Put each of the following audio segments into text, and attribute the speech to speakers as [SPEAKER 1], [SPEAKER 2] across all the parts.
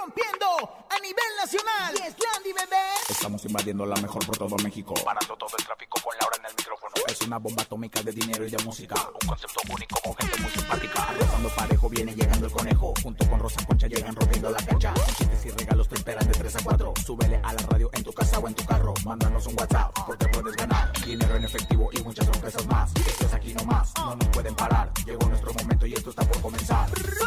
[SPEAKER 1] rompiendo a nivel nacional. Y es Landy, bebé.
[SPEAKER 2] Estamos invadiendo la mejor por todo México,
[SPEAKER 3] parando todo el tráfico con Laura en el micrófono.
[SPEAKER 2] Es una bomba atómica de dinero y de música,
[SPEAKER 3] un concepto único con gente muy simpática.
[SPEAKER 2] Rozando parejo viene llegando el conejo, junto con Rosa Concha llegan rompiendo la cancha. Con chistes y regalos te esperan de 3 a 4. Súbele a la radio en tu casa o en tu carro. Mándanos un WhatsApp porque puedes ganar dinero en efectivo y muchas sorpresas más. Esto es aquí nomás, no nos pueden parar. Llegó nuestro momento y esto está por comenzar.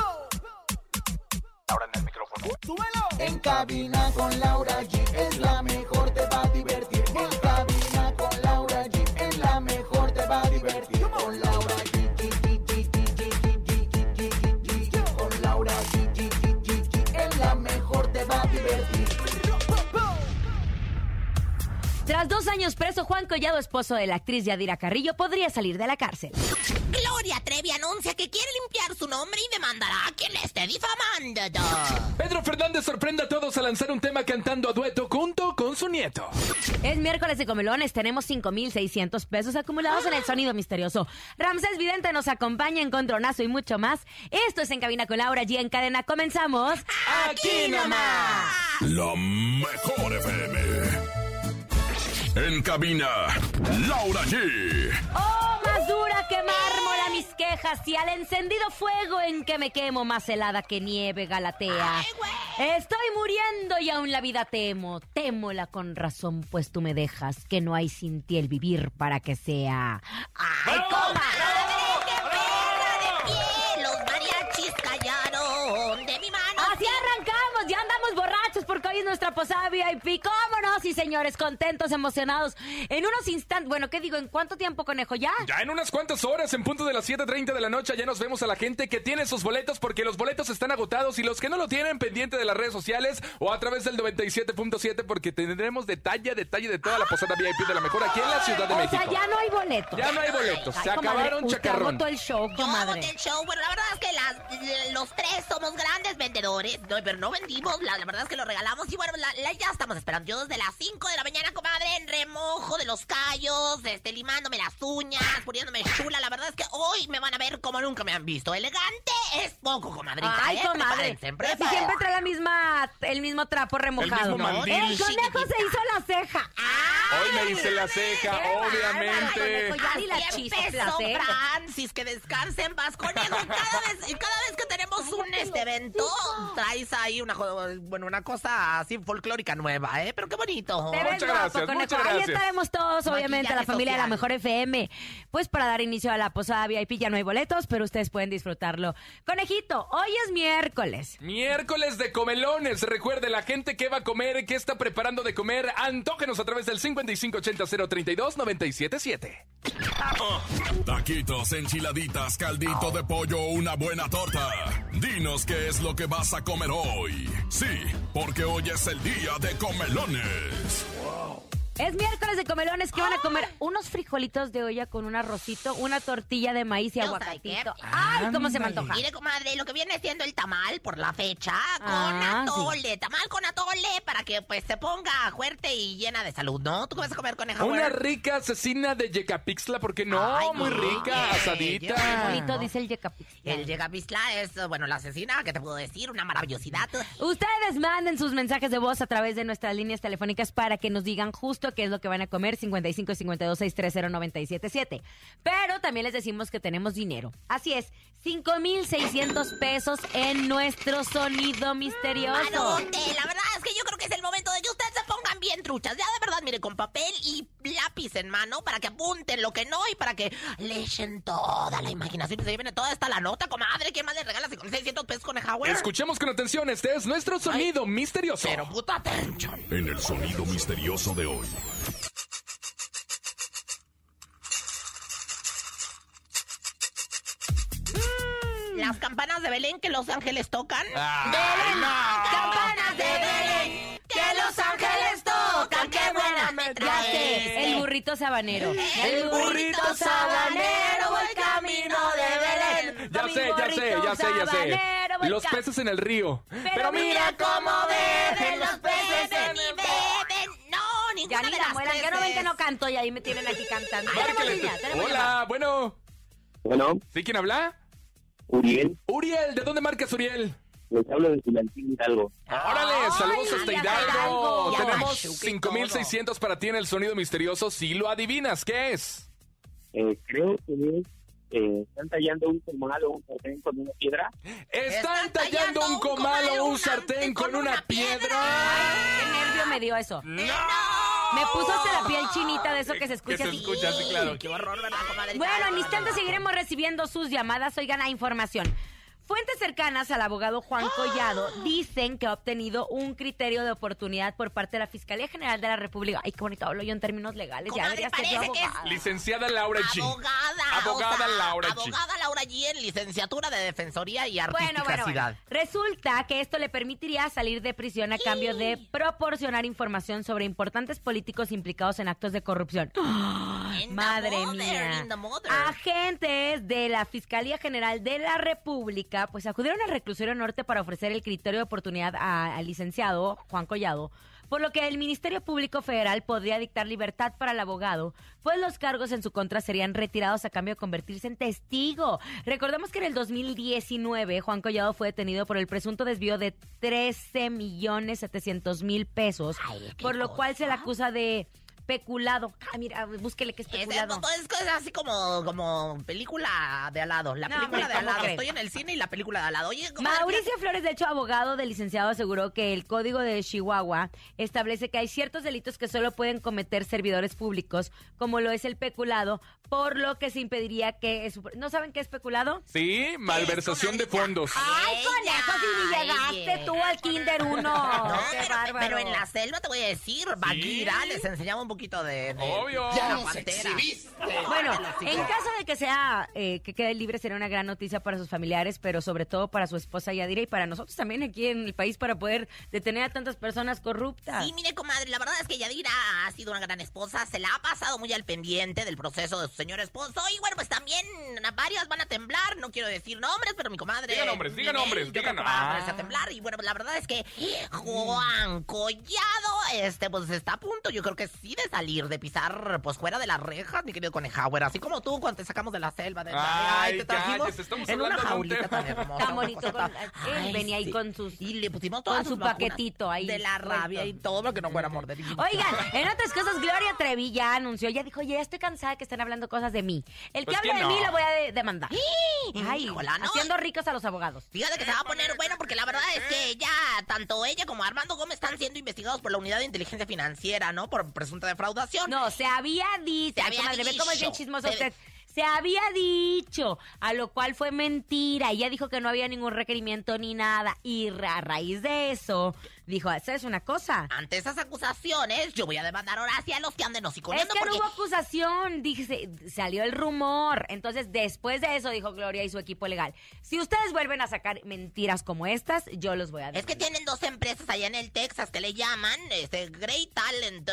[SPEAKER 3] Laura en el micrófono.
[SPEAKER 1] ¡Súbelo!
[SPEAKER 2] En cabina con Laura G es la mejor, te va a divertir. En cabina con Laura G es la mejor, te va a divertir. Con Laura G. Con Laura G es la mejor, te va a divertir.
[SPEAKER 4] Tras 2 años preso, Juan Collado, esposo de la actriz Yadira Carrillo, podría salir de la cárcel.
[SPEAKER 5] Gloria Trevi anuncia que quiere limpiar su nombre y demandará a quien le esté difamando.
[SPEAKER 6] Pedro Fernández sorprende a todos al lanzar un tema cantando a dueto junto con su nieto.
[SPEAKER 4] Es miércoles de comelones, tenemos 5,600 pesos acumulados en el sonido misterioso. Ramsés Vidente nos acompaña, Encontronazo y mucho más. Esto es En Cabina con Laura G. En cadena, comenzamos.
[SPEAKER 6] ¡Aquí nomás!
[SPEAKER 7] La mejor FM. En cabina, Laura G.
[SPEAKER 4] ¡Oh, más dura que mármol a mis quejas! Y al encendido fuego en que me quemo, más helada que nieve galatea. Estoy muriendo y aún la vida temo. Témola con razón, pues tú me dejas, que no hay sin ti el vivir para que sea. ¡Ay, coma!
[SPEAKER 5] ¡Qué perra de pie! Los mariachis callaron de mi mano.
[SPEAKER 4] Así arrancamos, ya andamos borrachos porque hoy es nuestra posada VIP. ¿Cómo no? Sí, señores, contentos, emocionados. En unos instantes, bueno, ¿qué digo? ¿En cuánto tiempo, conejo? ¿Ya?
[SPEAKER 6] Ya en unas cuantas horas, en punto de las 7:30 de la noche, ya nos vemos a la gente que tiene sus boletos porque los boletos están agotados y los que no lo tienen, pendiente de las redes sociales o a través del 97.7 porque tendremos detalle de toda la posada VIP de la mejor aquí en la Ciudad de México.
[SPEAKER 4] O sea, ya no hay boletos.
[SPEAKER 6] Ya no hay boletos, se acabaron,
[SPEAKER 4] usted
[SPEAKER 6] chacarrón.
[SPEAKER 4] agotó el show,
[SPEAKER 5] Yo
[SPEAKER 4] comadre.
[SPEAKER 5] agoté el show. Bueno, la verdad es que los tres somos grandes vendedores. No, pero no vendimos. La verdad es que lo regalamos. Y bueno, ya estamos esperando. Yo desde las 5 de la mañana, comadre, en remojo de los callos, limándome las uñas, poniéndome chula. La verdad es que hoy me van a ver como nunca me han visto. Elegante es poco, comadrita.
[SPEAKER 4] Ay, comadre.
[SPEAKER 5] Prepárense.
[SPEAKER 4] Si siempre trae el mismo trapo remojado.
[SPEAKER 6] mismo mandil.
[SPEAKER 4] El conejo se hizo la ceja.
[SPEAKER 6] Hoy me hice la ceja,
[SPEAKER 4] Qué
[SPEAKER 6] obviamente.
[SPEAKER 4] bárbaro, ya ni la
[SPEAKER 5] Así
[SPEAKER 4] chispa,
[SPEAKER 5] empezó
[SPEAKER 4] la ceja.
[SPEAKER 5] Francis, que descansen vas conejo. Cada vez que tenemos un evento, traes ahí una cosa así folclórica nueva, ¿eh? Pero qué bonito.
[SPEAKER 4] Te ves
[SPEAKER 6] Muchas
[SPEAKER 4] guapo,
[SPEAKER 6] gracias,
[SPEAKER 4] conejo.
[SPEAKER 6] muchas
[SPEAKER 4] Ahí
[SPEAKER 6] gracias.
[SPEAKER 4] estaremos todos, obviamente, a la
[SPEAKER 5] Maquillaje
[SPEAKER 4] familia de la
[SPEAKER 5] social.
[SPEAKER 4] Mejor FM. Pues para dar inicio a la posada VIP ya no hay boletos, pero ustedes pueden disfrutarlo. Conejito, hoy es miércoles.
[SPEAKER 6] Miércoles de comelones. Recuerde, la gente que va a comer, que está preparando de comer, antógenos a través del 5580-032-977.
[SPEAKER 7] Taquitos, enchiladitas, caldito de pollo, una buena torta. Dinos qué es lo que vas a comer hoy. Sí, porque hoy es el día de comelones.
[SPEAKER 4] Es miércoles de comelones que van a comer unos frijolitos de olla con un arrocito, una tortilla de maíz y
[SPEAKER 5] Yo
[SPEAKER 4] aguacatito.
[SPEAKER 5] sé qué.
[SPEAKER 4] Ay, cómo se me antoja.
[SPEAKER 5] Mire, comadre, lo que viene siendo el tamal por la fecha con
[SPEAKER 4] Ah,
[SPEAKER 5] atole. Tamal con atole para que pues se ponga fuerte y llena de salud, ¿no? ¿Tú qué vas a comer, coneja?
[SPEAKER 6] Una rica asesina de Yecapixtla, ¿por qué no?
[SPEAKER 5] Ay,
[SPEAKER 6] Muy
[SPEAKER 5] oye,
[SPEAKER 6] rica,
[SPEAKER 5] qué
[SPEAKER 6] asadita.
[SPEAKER 4] Bonito, dice el Yecapix.
[SPEAKER 5] El Yecapixtla es, bueno, la asesina, ¿qué te puedo decir? Una maravillosidad.
[SPEAKER 4] Ustedes manden sus mensajes de voz a través de nuestras líneas telefónicas para que nos digan justo qué es lo que van a comer. 55 52 630 977. Pero también les decimos que tenemos dinero. Así es, 5,600 pesos en nuestro sonido misterioso.
[SPEAKER 5] Manote, la verdad es que yo creo que es el momento de que ustedes se pongan bien truchas. Ya de verdad, mire, con papel y lápiz en mano para que apunten lo que no y para que le echen toda la imaginación y se lleven toda esta la nota, comadre. ¿Qué más le regalas con 600 pesos, coneja?
[SPEAKER 6] Escuchemos con atención, este es nuestro sonido misterioso.
[SPEAKER 5] Pero puta atención.
[SPEAKER 7] En el sonido misterioso de hoy.
[SPEAKER 5] Las campanas de Belén que los ángeles tocan.
[SPEAKER 6] ¡Ay, no!
[SPEAKER 5] Campanas de Belén que los ángeles tocan. ¡Qué buena me
[SPEAKER 4] Ya
[SPEAKER 5] trae!
[SPEAKER 4] sé, el burrito sabanero.
[SPEAKER 5] El burrito sabanero va el camino de Belén.
[SPEAKER 6] Ya sé. Los peces en el río.
[SPEAKER 4] Pero
[SPEAKER 5] Mira cómo beben los peces y beben. No, ninguna
[SPEAKER 4] Ya ni
[SPEAKER 5] de
[SPEAKER 4] la
[SPEAKER 5] las
[SPEAKER 4] muelan,
[SPEAKER 5] tres
[SPEAKER 4] que no ven que
[SPEAKER 5] es.
[SPEAKER 4] no canto y ahí me tienen aquí cantando.
[SPEAKER 6] Márcale.
[SPEAKER 4] Tenemos llamada.
[SPEAKER 6] Hola, bueno.
[SPEAKER 8] Bueno,
[SPEAKER 6] ¿Sí quién habla?
[SPEAKER 8] Uriel,
[SPEAKER 6] Uriel, ¿de dónde marcas, Uriel?
[SPEAKER 8] Les hablo de Tulancingo, Hidalgo.
[SPEAKER 6] ¡Órale! ¡Saludos
[SPEAKER 4] Ay,
[SPEAKER 6] hasta
[SPEAKER 4] ya,
[SPEAKER 6] Hidalgo!
[SPEAKER 4] Hidalgo.
[SPEAKER 6] Tenemos
[SPEAKER 5] Ya,
[SPEAKER 6] 5,600 para ti en el sonido misterioso. Si lo adivinas, ¿qué es?
[SPEAKER 8] Creo que están tallando un comal o un sartén con una piedra.
[SPEAKER 6] Están tallando un comal o un sartén con una piedra.
[SPEAKER 4] Ay, qué nervio me dio eso.
[SPEAKER 6] ¡No!
[SPEAKER 4] Me puso hasta la piel chinita de eso que se escucha
[SPEAKER 6] Que se
[SPEAKER 4] así.
[SPEAKER 6] escucha así, claro.
[SPEAKER 5] Qué horror, ¿verdad, comadre?
[SPEAKER 4] Bueno, en instantes seguiremos recibiendo sus llamadas. Oigan, a información. Fuentes cercanas al abogado Juan Collado dicen que ha obtenido un criterio de oportunidad por parte de la Fiscalía General de la República. Ay, qué bonito hablo yo en términos legales. Ya
[SPEAKER 5] Comadre,
[SPEAKER 4] debería ser yo
[SPEAKER 5] parece que es
[SPEAKER 4] abogada.
[SPEAKER 6] Licenciada Laura G.
[SPEAKER 5] Abogada
[SPEAKER 6] Laura G.
[SPEAKER 5] Abogada Laura G en licenciatura de Defensoría y
[SPEAKER 4] Bueno.
[SPEAKER 5] Artisticidad.
[SPEAKER 4] Resulta que esto le permitiría salir de prisión a cambio de proporcionar información sobre importantes políticos implicados en actos de corrupción.
[SPEAKER 5] In the
[SPEAKER 4] Madre
[SPEAKER 5] mother,
[SPEAKER 4] mía.
[SPEAKER 5] in the mother.
[SPEAKER 4] Agentes de la Fiscalía General de la República pues acudieron al reclusorio norte para ofrecer el criterio de oportunidad al licenciado Juan Collado, por lo que el Ministerio Público Federal podría dictar libertad para el abogado, pues los cargos en su contra serían retirados a cambio de convertirse en testigo. Recordemos que en el 2019 Juan Collado fue detenido por el presunto desvío de 13,700,000 pesos,
[SPEAKER 5] Ay, qué
[SPEAKER 4] por lo cual se le
[SPEAKER 5] cosa.
[SPEAKER 4] acusa de peculado. Ah, mira, búsquele que es peculado.
[SPEAKER 5] Es así como película de al lado. La
[SPEAKER 4] No,
[SPEAKER 5] película
[SPEAKER 4] hombre,
[SPEAKER 5] de al
[SPEAKER 4] ¿cómo
[SPEAKER 5] lado.
[SPEAKER 4] crees?
[SPEAKER 5] Estoy en el cine y la película de al lado. Oye, comadre,
[SPEAKER 4] Mauricio Flores, de hecho, abogado del licenciado, aseguró que el Código de Chihuahua establece que hay ciertos delitos que solo pueden cometer servidores públicos, como lo es el peculado, por lo que se impediría que... ¿No saben qué es peculado?
[SPEAKER 6] Sí, malversación de fondos.
[SPEAKER 4] ¡Ay, conejo, si ni llegaste tú al Kinder 1!
[SPEAKER 5] No,
[SPEAKER 4] ¡Qué
[SPEAKER 5] pero,
[SPEAKER 4] bárbaro!
[SPEAKER 5] pero en la selva te voy a decir, Bagheera les enseñaba un poquito de
[SPEAKER 6] Obvio.
[SPEAKER 5] de la pantera.
[SPEAKER 4] Bueno, en caso de que sea que quede libre, sería una gran noticia para sus familiares, pero sobre todo para su esposa Yadira y para nosotros también aquí en el país para poder detener a tantas personas corruptas.
[SPEAKER 5] Sí, mire, comadre, la verdad es que Yadira ha sido una gran esposa, se la ha pasado muy al pendiente del proceso de su señor esposo y bueno, pues también varias van a temblar, no quiero decir nombres, pero mi comadre...
[SPEAKER 6] Diga nombres,
[SPEAKER 5] yo creo que
[SPEAKER 6] digan.
[SPEAKER 5] va a ponerse a temblar y bueno, pues la verdad es que Juan Collado, pues está a punto, yo creo que sí, de salir, de pisar, pues fuera de las rejas, mi querido Conejauer, así como tú cuando te sacamos de la selva.
[SPEAKER 6] Ay,
[SPEAKER 5] te trajimos
[SPEAKER 6] cállese, estamos
[SPEAKER 5] en una
[SPEAKER 6] hablando de un
[SPEAKER 5] jaulita
[SPEAKER 6] tema.
[SPEAKER 5] tan hermosa.
[SPEAKER 4] Tan
[SPEAKER 5] una
[SPEAKER 4] bonito,
[SPEAKER 5] cosa
[SPEAKER 4] él venía ahí con sus...
[SPEAKER 5] Y le pusimos
[SPEAKER 4] con
[SPEAKER 5] todas
[SPEAKER 4] su
[SPEAKER 5] sus vacunas
[SPEAKER 4] paquetito ahí
[SPEAKER 5] de la rabia
[SPEAKER 4] puesto.
[SPEAKER 5] y todo lo que no fuera morder.
[SPEAKER 4] Oigan, en otras cosas, Gloria Trevi ya anunció, ya dijo, ya estoy cansada de que estén hablando cosas de mí. El que
[SPEAKER 6] Pues,
[SPEAKER 4] hable
[SPEAKER 6] ¿quién
[SPEAKER 4] de mí
[SPEAKER 6] no?
[SPEAKER 4] lo voy a demandar. Ay,
[SPEAKER 5] híjola, ¿no?
[SPEAKER 4] haciendo ricos a los abogados.
[SPEAKER 5] Fíjate que se va a poner bueno porque la verdad es que ya tanto ella como Armando Gómez están siendo investigados por la Unidad de Inteligencia Financiera, ¿no? Por presunta defraudación.
[SPEAKER 4] No, se había dicho.
[SPEAKER 5] Se había
[SPEAKER 4] Comadre, ve cómo es bien
[SPEAKER 5] dicho.
[SPEAKER 4] chismoso usted. Se había dicho, a lo cual fue mentira. Ella dijo que no había ningún requerimiento ni nada. Y a raíz de eso, dijo, esa es una cosa.
[SPEAKER 5] Ante esas acusaciones, yo voy a demandar ahora hacia los que anden
[SPEAKER 4] Es
[SPEAKER 5] hociconeando
[SPEAKER 4] que no
[SPEAKER 5] porque...
[SPEAKER 4] hubo acusación, dije, salió el rumor. Entonces, después de eso, dijo Gloria y su equipo legal, si ustedes vuelven a sacar mentiras como estas, yo los voy a
[SPEAKER 5] Es que
[SPEAKER 4] demandar.
[SPEAKER 5] tienen dos empresas allá en el Texas que le llaman Great Talent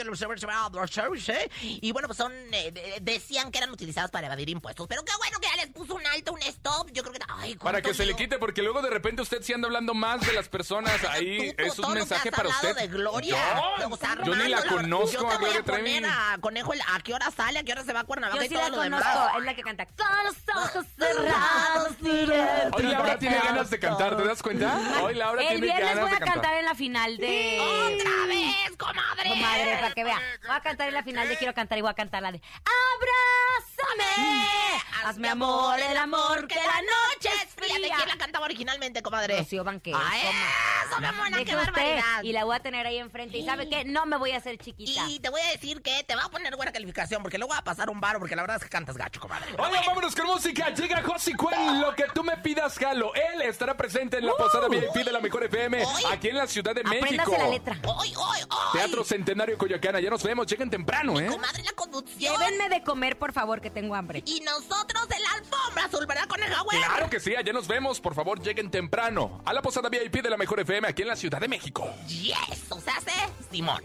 [SPEAKER 5] y bueno, pues son decían que eran utilizadas para evadir impuestos, pero qué bueno que ya les puso un alto, un stop. Yo creo que ay,
[SPEAKER 6] Para que se le
[SPEAKER 5] ¿cuánto
[SPEAKER 6] quite, porque luego de repente usted sí anda hablando más de las personas ahí.
[SPEAKER 5] Tú,
[SPEAKER 6] Es
[SPEAKER 5] todo
[SPEAKER 6] un
[SPEAKER 5] lo que
[SPEAKER 6] mensaje
[SPEAKER 5] has
[SPEAKER 6] para
[SPEAKER 5] hablado
[SPEAKER 6] usted.
[SPEAKER 5] de Gloria.
[SPEAKER 6] Yo,
[SPEAKER 5] O sea,
[SPEAKER 6] yo ni la
[SPEAKER 5] Armando,
[SPEAKER 6] conozco
[SPEAKER 5] yo
[SPEAKER 6] a
[SPEAKER 5] te voy
[SPEAKER 6] Gloria
[SPEAKER 5] a poner
[SPEAKER 6] Trevi.
[SPEAKER 5] a Conejo a qué hora sale, a qué hora se va a Cuernavaca
[SPEAKER 4] Yo
[SPEAKER 5] y
[SPEAKER 4] sí
[SPEAKER 5] todo
[SPEAKER 4] la
[SPEAKER 5] lo
[SPEAKER 4] conozco,
[SPEAKER 5] demás.
[SPEAKER 4] es la que canta con los ojos cerrados.
[SPEAKER 6] Hoy Laura tiene ganas de cantar, ¿te das cuenta? Hoy Laura
[SPEAKER 4] El
[SPEAKER 6] tiene
[SPEAKER 4] viernes
[SPEAKER 6] ganas
[SPEAKER 4] voy
[SPEAKER 6] de
[SPEAKER 4] a cantar
[SPEAKER 6] cantar.
[SPEAKER 4] en la final de...
[SPEAKER 5] ¡Otra vez, comadre!
[SPEAKER 4] Comadre, para que vea. Voy a cantar en la final de Quiero Cantar y voy a cantar la de ¡Abrázame! Hazme amor, el amor, que la noche es
[SPEAKER 5] fría. ¿De
[SPEAKER 4] fría.
[SPEAKER 5] quién la cantaba originalmente, comadre?
[SPEAKER 4] Rocío Banquero.
[SPEAKER 5] ¡Ay, eso, mi amor, qué
[SPEAKER 4] Deje usted,
[SPEAKER 5] barbaridad!
[SPEAKER 4] y la voy a tener ahí enfrente. ¿Y sabe qué? No me voy a hacer chiquita.
[SPEAKER 5] Y te voy a decir que te va a poner buena calificación, porque luego va a pasar un varo, porque la verdad es que cantas gacho, comadre.
[SPEAKER 6] Oigan, vámonos con música. Llega Josi Cuen, lo que tú me pidas, jalo. Él estará presente en la posada VIP de la Mejor FM,
[SPEAKER 5] Hoy.
[SPEAKER 6] aquí en la Ciudad de México.
[SPEAKER 4] Apréndase la letra.
[SPEAKER 5] ¡Hoy!
[SPEAKER 6] Teatro Centenario Coyoacán. Ya nos vemos. Lleguen temprano, ¿eh?
[SPEAKER 5] Comadre, la conducción.
[SPEAKER 4] Llévenme de comer, por favor, que tengo hambre.
[SPEAKER 5] Y nosotros en la alfombra azul, ¿verdad, Coneja, güey?
[SPEAKER 6] Claro que sí, allá nos vemos. Por favor, lleguen temprano a la posada VIP de la Mejor FM aquí en la Ciudad de México.
[SPEAKER 5] Yes, o sea, Simón.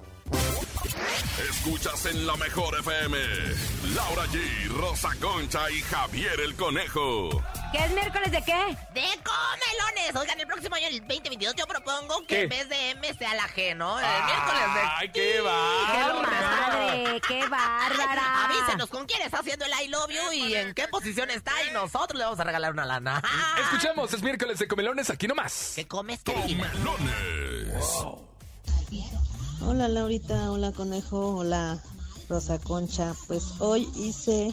[SPEAKER 7] Escuchas en la Mejor FM. Laura G, Rosa Concha y Javier el Conejo.
[SPEAKER 4] ¿Qué es miércoles de qué?
[SPEAKER 5] ¡De comelones! Oigan, el próximo año, el 2022, yo propongo que
[SPEAKER 6] ¿Qué?
[SPEAKER 5] en vez de M sea la G, ¿no? El miércoles de...
[SPEAKER 6] ¡Ay, qué
[SPEAKER 4] ¡Qué
[SPEAKER 6] bárbaro!
[SPEAKER 4] madre! ¡Qué bárbara!
[SPEAKER 5] Avísenos con quién está haciendo el I love you y en qué posición está y nosotros le vamos a regalar una lana.
[SPEAKER 6] Escuchamos, es miércoles de comelones, aquí nomás.
[SPEAKER 5] ¿Qué comes, Karina?
[SPEAKER 7] Comelones.
[SPEAKER 9] Hola Laurita, hola Conejo, hola Rosa Concha. Pues hoy hice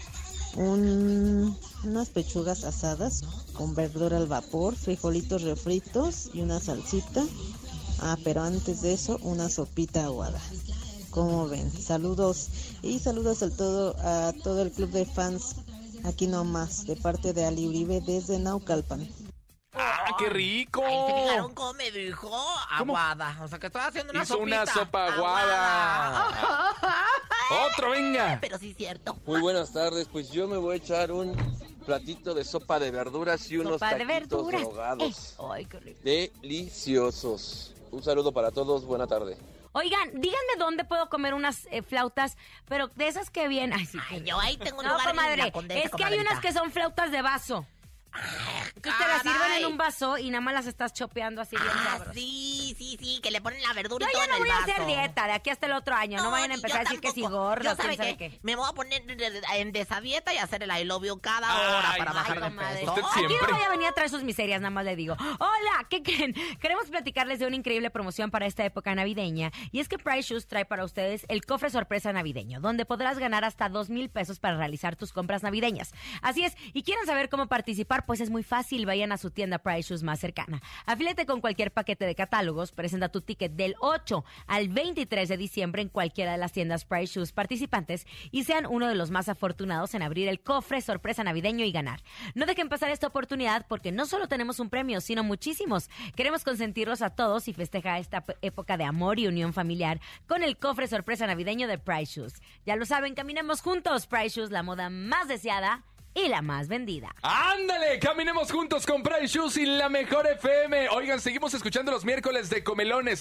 [SPEAKER 9] unas pechugas asadas con verdura al vapor, frijolitos refritos y una salsita. Pero antes de eso, una sopita aguada. ¿Cómo ven? Saludos y saludos a todo el club de fans aquí nomás, de parte de Ali Uribe desde Naucalpan.
[SPEAKER 6] ¡Ah, qué rico!
[SPEAKER 5] Ay, ¿te fijaron cómo me dijo? Aguada. O sea, que estoy haciendo una
[SPEAKER 6] Hizo
[SPEAKER 5] sopita.
[SPEAKER 6] una sopa aguada. ¡Otro, venga!
[SPEAKER 5] Pero sí es cierto.
[SPEAKER 10] Muy buenas tardes, pues yo me voy a echar un platito de sopa de verduras y unos
[SPEAKER 4] Sopa de
[SPEAKER 10] taquitos
[SPEAKER 4] verduras.
[SPEAKER 10] ahogados.
[SPEAKER 4] Ay, qué rico.
[SPEAKER 10] Deliciosos. Un saludo para todos, buena tarde.
[SPEAKER 4] Oigan, díganme dónde puedo comer unas flautas, pero de esas que vienen. Ay, sí.
[SPEAKER 5] Ay, yo ahí tengo un
[SPEAKER 4] No,
[SPEAKER 5] lugar en
[SPEAKER 4] comadre,
[SPEAKER 5] la Condesa,
[SPEAKER 4] es que hay unas que son flautas de vaso. Que te las sirven en un vaso y nada más las estás chopeando así bien sabrosas.
[SPEAKER 5] Sí, que le ponen la verdura
[SPEAKER 4] Yo
[SPEAKER 5] y todo
[SPEAKER 4] ya
[SPEAKER 5] en
[SPEAKER 4] no
[SPEAKER 5] el
[SPEAKER 4] voy a
[SPEAKER 5] vaso.
[SPEAKER 4] hacer dieta de aquí hasta el otro año. No vayan a
[SPEAKER 5] ni
[SPEAKER 4] empezar a
[SPEAKER 5] yo
[SPEAKER 4] decir que si
[SPEAKER 5] tampoco.
[SPEAKER 4] gorda,
[SPEAKER 5] Yo, ¿sabe
[SPEAKER 4] quién sabe
[SPEAKER 5] qué?
[SPEAKER 4] qué.
[SPEAKER 5] Me voy a poner en desadieta y hacer el I love you cada hora
[SPEAKER 6] Ay,
[SPEAKER 5] para bajar de
[SPEAKER 4] comadre.
[SPEAKER 5] peso.
[SPEAKER 6] Usted
[SPEAKER 4] Aquí no
[SPEAKER 6] siempre.
[SPEAKER 4] voy a venir a traer sus miserias, nada más le digo. Hola, ¿qué creen? Queremos platicarles de una increíble promoción para esta época navideña. Y es que Price Shoes trae para ustedes el cofre sorpresa navideño, donde podrás ganar hasta 2,000 pesos para realizar tus compras navideñas. Así es, y quieren saber cómo participar, pues es muy fácil. Vayan a su tienda Price Shoes más cercana. Afíliate con cualquier paquete de catálogos, presenta tu ticket del 8 al 23 de diciembre en cualquiera de las tiendas Price Shoes participantes y sean uno de los más afortunados en abrir el cofre sorpresa navideño y ganar. No dejen pasar esta oportunidad porque no solo tenemos un premio, sino muchísimos. Queremos consentirlos a todos y festejar esta época de amor y unión familiar con el cofre sorpresa navideño de Price Shoes. Ya lo saben, caminemos juntos. Price Shoes, la moda más deseada y la más vendida.
[SPEAKER 6] ¡Ándale! Caminemos juntos con Price Shoes y la mejor FM. Oigan, seguimos escuchando los miércoles de comelones.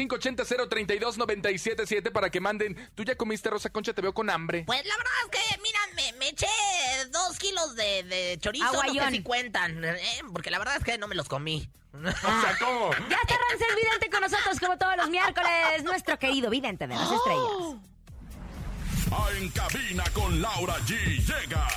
[SPEAKER 6] 5580-032-977 para que manden. ¿Tú ya comiste, Rosa Concha? Te veo con hambre.
[SPEAKER 5] Pues la verdad es que, mira, me eché 2 kilos de chorizo, no
[SPEAKER 4] Aguayón.
[SPEAKER 5] sé si cuentan, porque la verdad es que no me los comí.
[SPEAKER 6] O sea, ¿cómo?
[SPEAKER 4] Ya está Ramsés Vidente con nosotros como todos los miércoles. Nuestro querido vidente de las estrellas.
[SPEAKER 7] En cabina con Laura G llega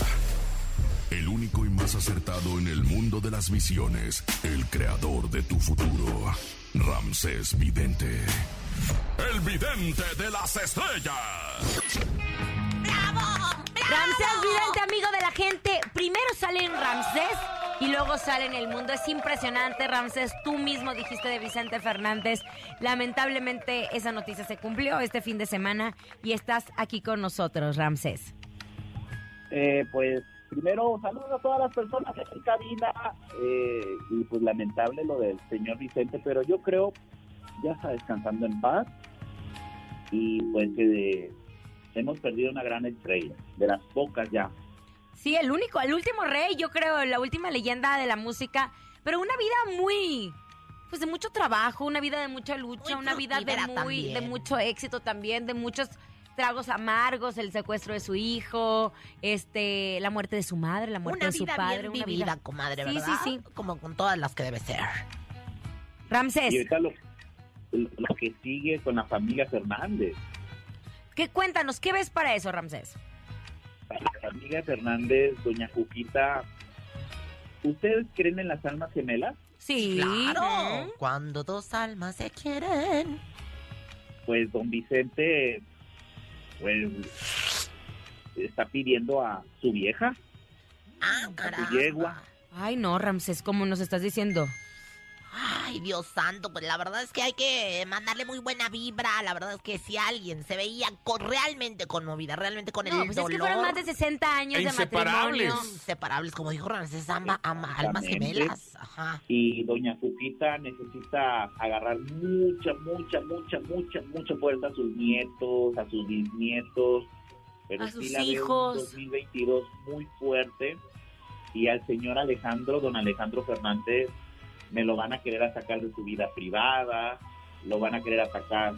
[SPEAKER 7] el único y más acertado en el mundo de las visiones, el creador de tu futuro, Ramsés Vidente, el vidente de las estrellas.
[SPEAKER 4] Ramsés Vidente, amigo de la gente. Primero sale en Ramsés y luego sale en El Mundo. Es impresionante, Ramsés. Tú mismo dijiste de Vicente Fernández. Lamentablemente esa noticia se cumplió este fin de semana y estás aquí con nosotros, Ramsés.
[SPEAKER 8] Pues primero saludos a todas las personas en cabina y pues lamentable lo del señor Vicente, pero yo creo ya está descansando en paz y pues hemos perdido una gran estrella, de las pocas ya.
[SPEAKER 4] Sí, el último rey, yo creo, la última leyenda de la música, pero una vida muy, pues de mucho trabajo, una vida de mucha lucha,
[SPEAKER 5] Muy
[SPEAKER 4] una vida
[SPEAKER 5] fructífera
[SPEAKER 4] de
[SPEAKER 5] también.
[SPEAKER 4] mucho éxito también, de muchos tragos amargos, el secuestro de su hijo, la muerte de su madre, la muerte
[SPEAKER 5] Una
[SPEAKER 4] de su
[SPEAKER 5] vida
[SPEAKER 4] padre,
[SPEAKER 5] bien
[SPEAKER 4] una
[SPEAKER 5] vivida,
[SPEAKER 4] vida.
[SPEAKER 5] comadre,
[SPEAKER 4] Sí,
[SPEAKER 5] ¿verdad?
[SPEAKER 4] sí.
[SPEAKER 5] Como con todas las que debe ser.
[SPEAKER 4] Ramsés,
[SPEAKER 8] Y ahorita lo que sigue con la familia Fernández.
[SPEAKER 4] cuéntanos, ¿qué ves para eso, Ramsés?
[SPEAKER 8] La familia Fernández, doña Cuquita, ¿ustedes creen en las almas gemelas?
[SPEAKER 4] Sí.
[SPEAKER 5] ¡Claro! Cuando dos almas se quieren.
[SPEAKER 8] Pues don Vicente, pues está pidiendo a su vieja.
[SPEAKER 5] ¡Ah,
[SPEAKER 8] tu
[SPEAKER 5] caramba!
[SPEAKER 8] yegua.
[SPEAKER 4] Ay, no, Ramsés, ¿cómo nos estás diciendo?
[SPEAKER 5] Ay, Dios santo, pues la verdad es que hay que mandarle muy buena vibra. La verdad es que si alguien se veía realmente conmovida, realmente con el
[SPEAKER 4] No, pues es que
[SPEAKER 5] dolor.
[SPEAKER 4] fueron más de 60 años de
[SPEAKER 6] Inseparables.
[SPEAKER 4] matrimonio.
[SPEAKER 5] Inseparables, como dijo Ramsés, almas
[SPEAKER 8] Exactamente.
[SPEAKER 5] gemelas. Ajá.
[SPEAKER 8] Y doña Cuquita necesita agarrar mucha fuerza a sus nietos, a sus bisnietos. Pero
[SPEAKER 4] A
[SPEAKER 8] sí
[SPEAKER 4] sus
[SPEAKER 8] la veo un
[SPEAKER 4] hijos.
[SPEAKER 8] 2022 muy fuerte. Y al señor Alejandro, don Alejandro Fernández, me lo van a querer atacar de su vida privada, lo van a querer atacar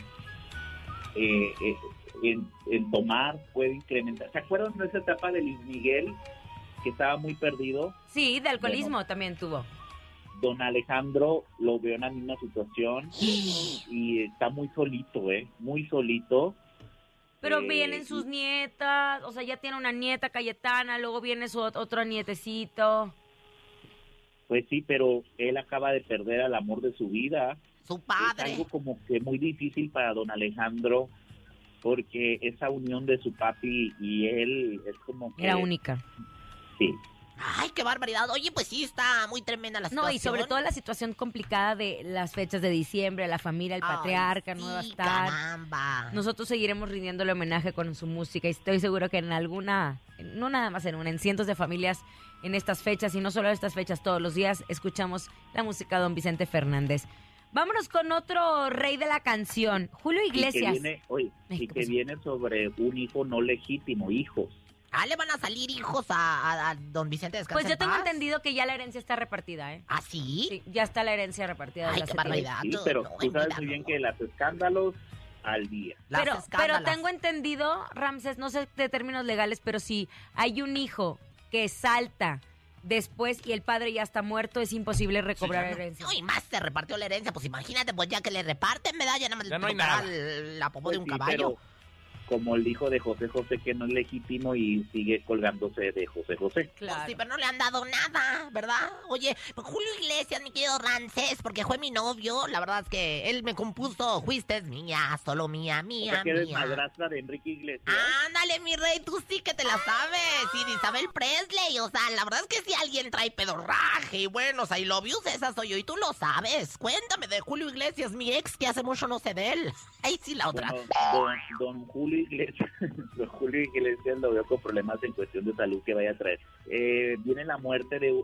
[SPEAKER 8] en tomar, puede incrementar. ¿Se acuerdan de esa etapa de Luis Miguel que estaba muy perdido.
[SPEAKER 4] Sí, de alcoholismo también tuvo.
[SPEAKER 8] Don Alejandro lo veo en la misma situación y está muy solito, muy solito.
[SPEAKER 4] Pero vienen sus nietas, o sea, ya tiene una nieta Cayetana, luego viene su otro nietecito.
[SPEAKER 8] Pues sí, pero él acaba de perder al amor de su vida.
[SPEAKER 5] Su padre.
[SPEAKER 8] Es algo como que muy difícil para don Alejandro, porque esa unión de su papi y él es como que...
[SPEAKER 4] Era única.
[SPEAKER 8] Sí.
[SPEAKER 5] Ay, qué barbaridad. Oye, pues sí, está muy tremenda la situación.
[SPEAKER 4] No, y sobre todo la situación complicada de las fechas de diciembre, la familia, el patriarca, no va a estar.
[SPEAKER 5] Caramba.
[SPEAKER 4] Nosotros seguiremos rindiéndole homenaje con su música y estoy seguro que en alguna, no nada más en una, en cientos de familias en estas fechas, y no solo en estas fechas, todos los días escuchamos la música de don Vicente Fernández. Vámonos con otro rey de la canción, Julio Iglesias.
[SPEAKER 8] Y que viene sobre un hijo no legítimo, hijos.
[SPEAKER 5] Ah, ¿le van a salir hijos a don Vicente Descansa
[SPEAKER 4] Pues yo
[SPEAKER 5] en
[SPEAKER 4] tengo
[SPEAKER 5] paz?
[SPEAKER 4] entendido que ya la herencia está repartida, ¿eh?
[SPEAKER 5] ¿Ah, sí?
[SPEAKER 4] Sí, ya está la herencia repartida.
[SPEAKER 5] Ay, qué barbaridad.
[SPEAKER 8] Sí, pero tú sabes muy bien que las escándalos al día.
[SPEAKER 4] Pero tengo entendido, Ramsés, no sé de términos legales, pero si hay un hijo que salta después y el padre ya está muerto, es imposible recobrar herencia.
[SPEAKER 5] No, y más se repartió la herencia, pues imagínate, pues ya que le reparten, ¿verdad? Ya nada más
[SPEAKER 6] Ya no hay
[SPEAKER 5] tocará
[SPEAKER 6] nada.
[SPEAKER 5] la popó de un
[SPEAKER 8] Sí,
[SPEAKER 5] caballo.
[SPEAKER 8] pero como el hijo de José José, que no es legítimo y sigue colgándose de José José.
[SPEAKER 5] Pues sí, pero no le han dado nada, ¿verdad? Oye, pues Julio Iglesias, mi querido Ramsés, porque fue mi novio, la verdad es que él me compuso, fuiste mía, solo mía,
[SPEAKER 8] O sea, que eres madrastra de Enrique Iglesias.
[SPEAKER 5] Ándale, mi rey, tú sí que te la sabes. Sí, de Isabel Presley. O sea, la verdad es que si alguien trae pedorraje y buenos I love yous, esa soy yo y tú lo sabes. Cuéntame de Julio Iglesias, mi ex, que hace mucho no sé de él. Ay, sí, la otra.
[SPEAKER 8] Bueno, don Julio Iglesias, don Julio Iglesias lo veo con problemas en cuestión de salud que vaya a traer. Viene la muerte de